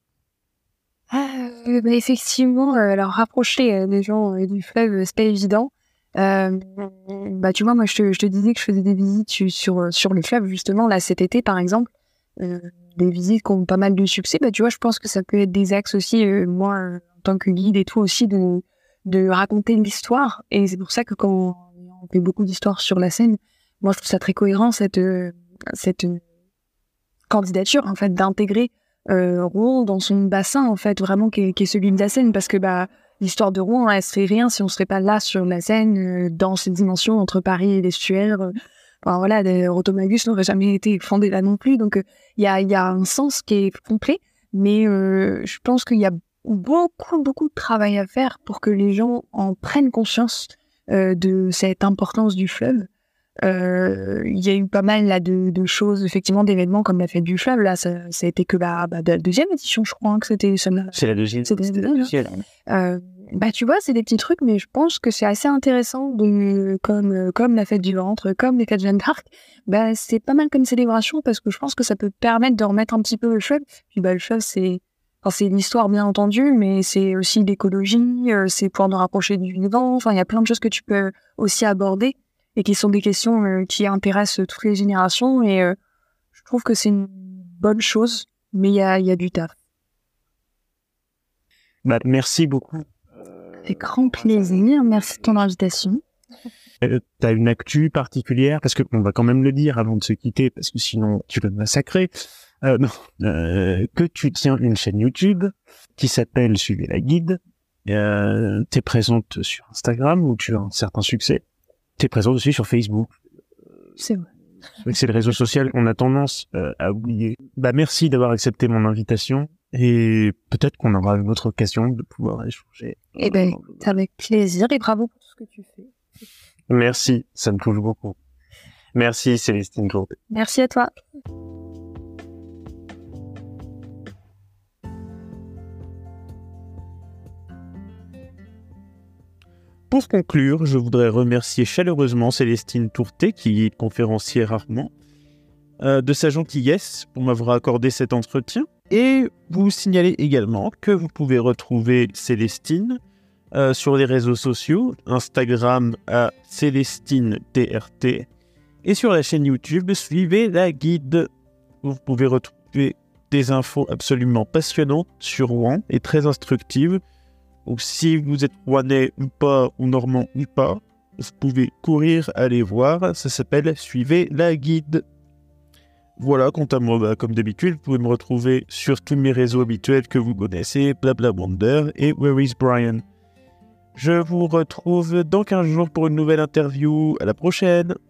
[SPEAKER 2] Effectivement, alors rapprocher les gens du fleuve, c'est pas évident. Tu vois, moi, je te disais que je faisais des visites sur le fleuve, justement, là, cet été, par exemple. Des visites qui ont pas mal de succès. Tu vois, je pense que ça peut être des axes aussi, moi, en tant que guide et tout, aussi, de raconter l'histoire. Et c'est pour ça que quand on fait beaucoup d'histoires sur la scène, moi, je trouve ça très cohérent, cette candidature, en fait, d'intégrer Rouen dans son bassin, en fait, vraiment, qui est celui de la Seine, parce que l'histoire de Rouen, elle serait rien si on serait pas là sur la Seine, dans cette dimension entre Paris et l'estuaire. Rotomagus n'aurait jamais été fondé là non plus, donc il y a un sens qui est complet, mais je pense qu'il y a beaucoup de travail à faire pour que les gens en prennent conscience de cette importance du fleuve. Il y a eu pas mal là de choses, effectivement, d'événements comme la fête du fleuve. Là, ça a été que de la deuxième édition, je crois, que c'était celle-là.
[SPEAKER 3] C'est la deuxième.
[SPEAKER 2] C'était la deuxième. Tu vois, c'est des petits trucs, mais je pense que c'est assez intéressant comme la fête du ventre, comme les fêtes Jeanne d'Arc. C'est pas mal comme célébration parce que je pense que ça peut permettre de remettre un petit peu le fleuve. Puis le fleuve, c'est une histoire bien entendu, mais c'est aussi l'écologie, c'est pouvoir nous rapprocher du vivant. Enfin, il y a plein de choses que tu peux aussi aborder et qui sont des questions qui intéressent toutes les générations. Et je trouve que c'est une bonne chose, mais il y a du taf.
[SPEAKER 3] Merci beaucoup.
[SPEAKER 2] Avec grand plaisir. Merci de ton invitation.
[SPEAKER 3] T'as une actu particulière, parce que on va quand même le dire avant de se quitter, parce que sinon tu vas me massacrer. Que tu tiens une chaîne YouTube qui s'appelle Suivez la guide. T'es présente sur Instagram où tu as un certain succès. T'es présente aussi sur Facebook.
[SPEAKER 2] C'est vrai.
[SPEAKER 3] C'est le réseau social qu'on a tendance à oublier. Merci d'avoir accepté mon invitation et peut-être qu'on aura une autre occasion de pouvoir échanger.
[SPEAKER 2] C'est avec plaisir et bravo pour tout ce que tu fais.
[SPEAKER 3] Merci, ça me touche beaucoup. Merci Célestine Tourté.
[SPEAKER 2] Merci à toi.
[SPEAKER 1] Pour conclure, je voudrais remercier chaleureusement Célestine Tourté, qui est conférencière rarement, de sa gentillesse pour m'avoir accordé cet entretien. Et vous signaler également que vous pouvez retrouver Célestine sur les réseaux sociaux, Instagram à Célestine TRT, et sur la chaîne YouTube, Suivez la guide. Vous pouvez retrouver des infos absolument passionnantes sur Rouen et très instructives. Donc si vous êtes rouennais ou pas, ou normand ou pas, vous pouvez courir, aller voir, ça s'appelle Suivez la guide. Voilà, quant à moi, comme d'habitude, vous pouvez me retrouver sur tous mes réseaux habituels que vous connaissez, BlaBlaWonder et Where is Brian. Je vous retrouve dans 15 jours pour une nouvelle interview. À la prochaine!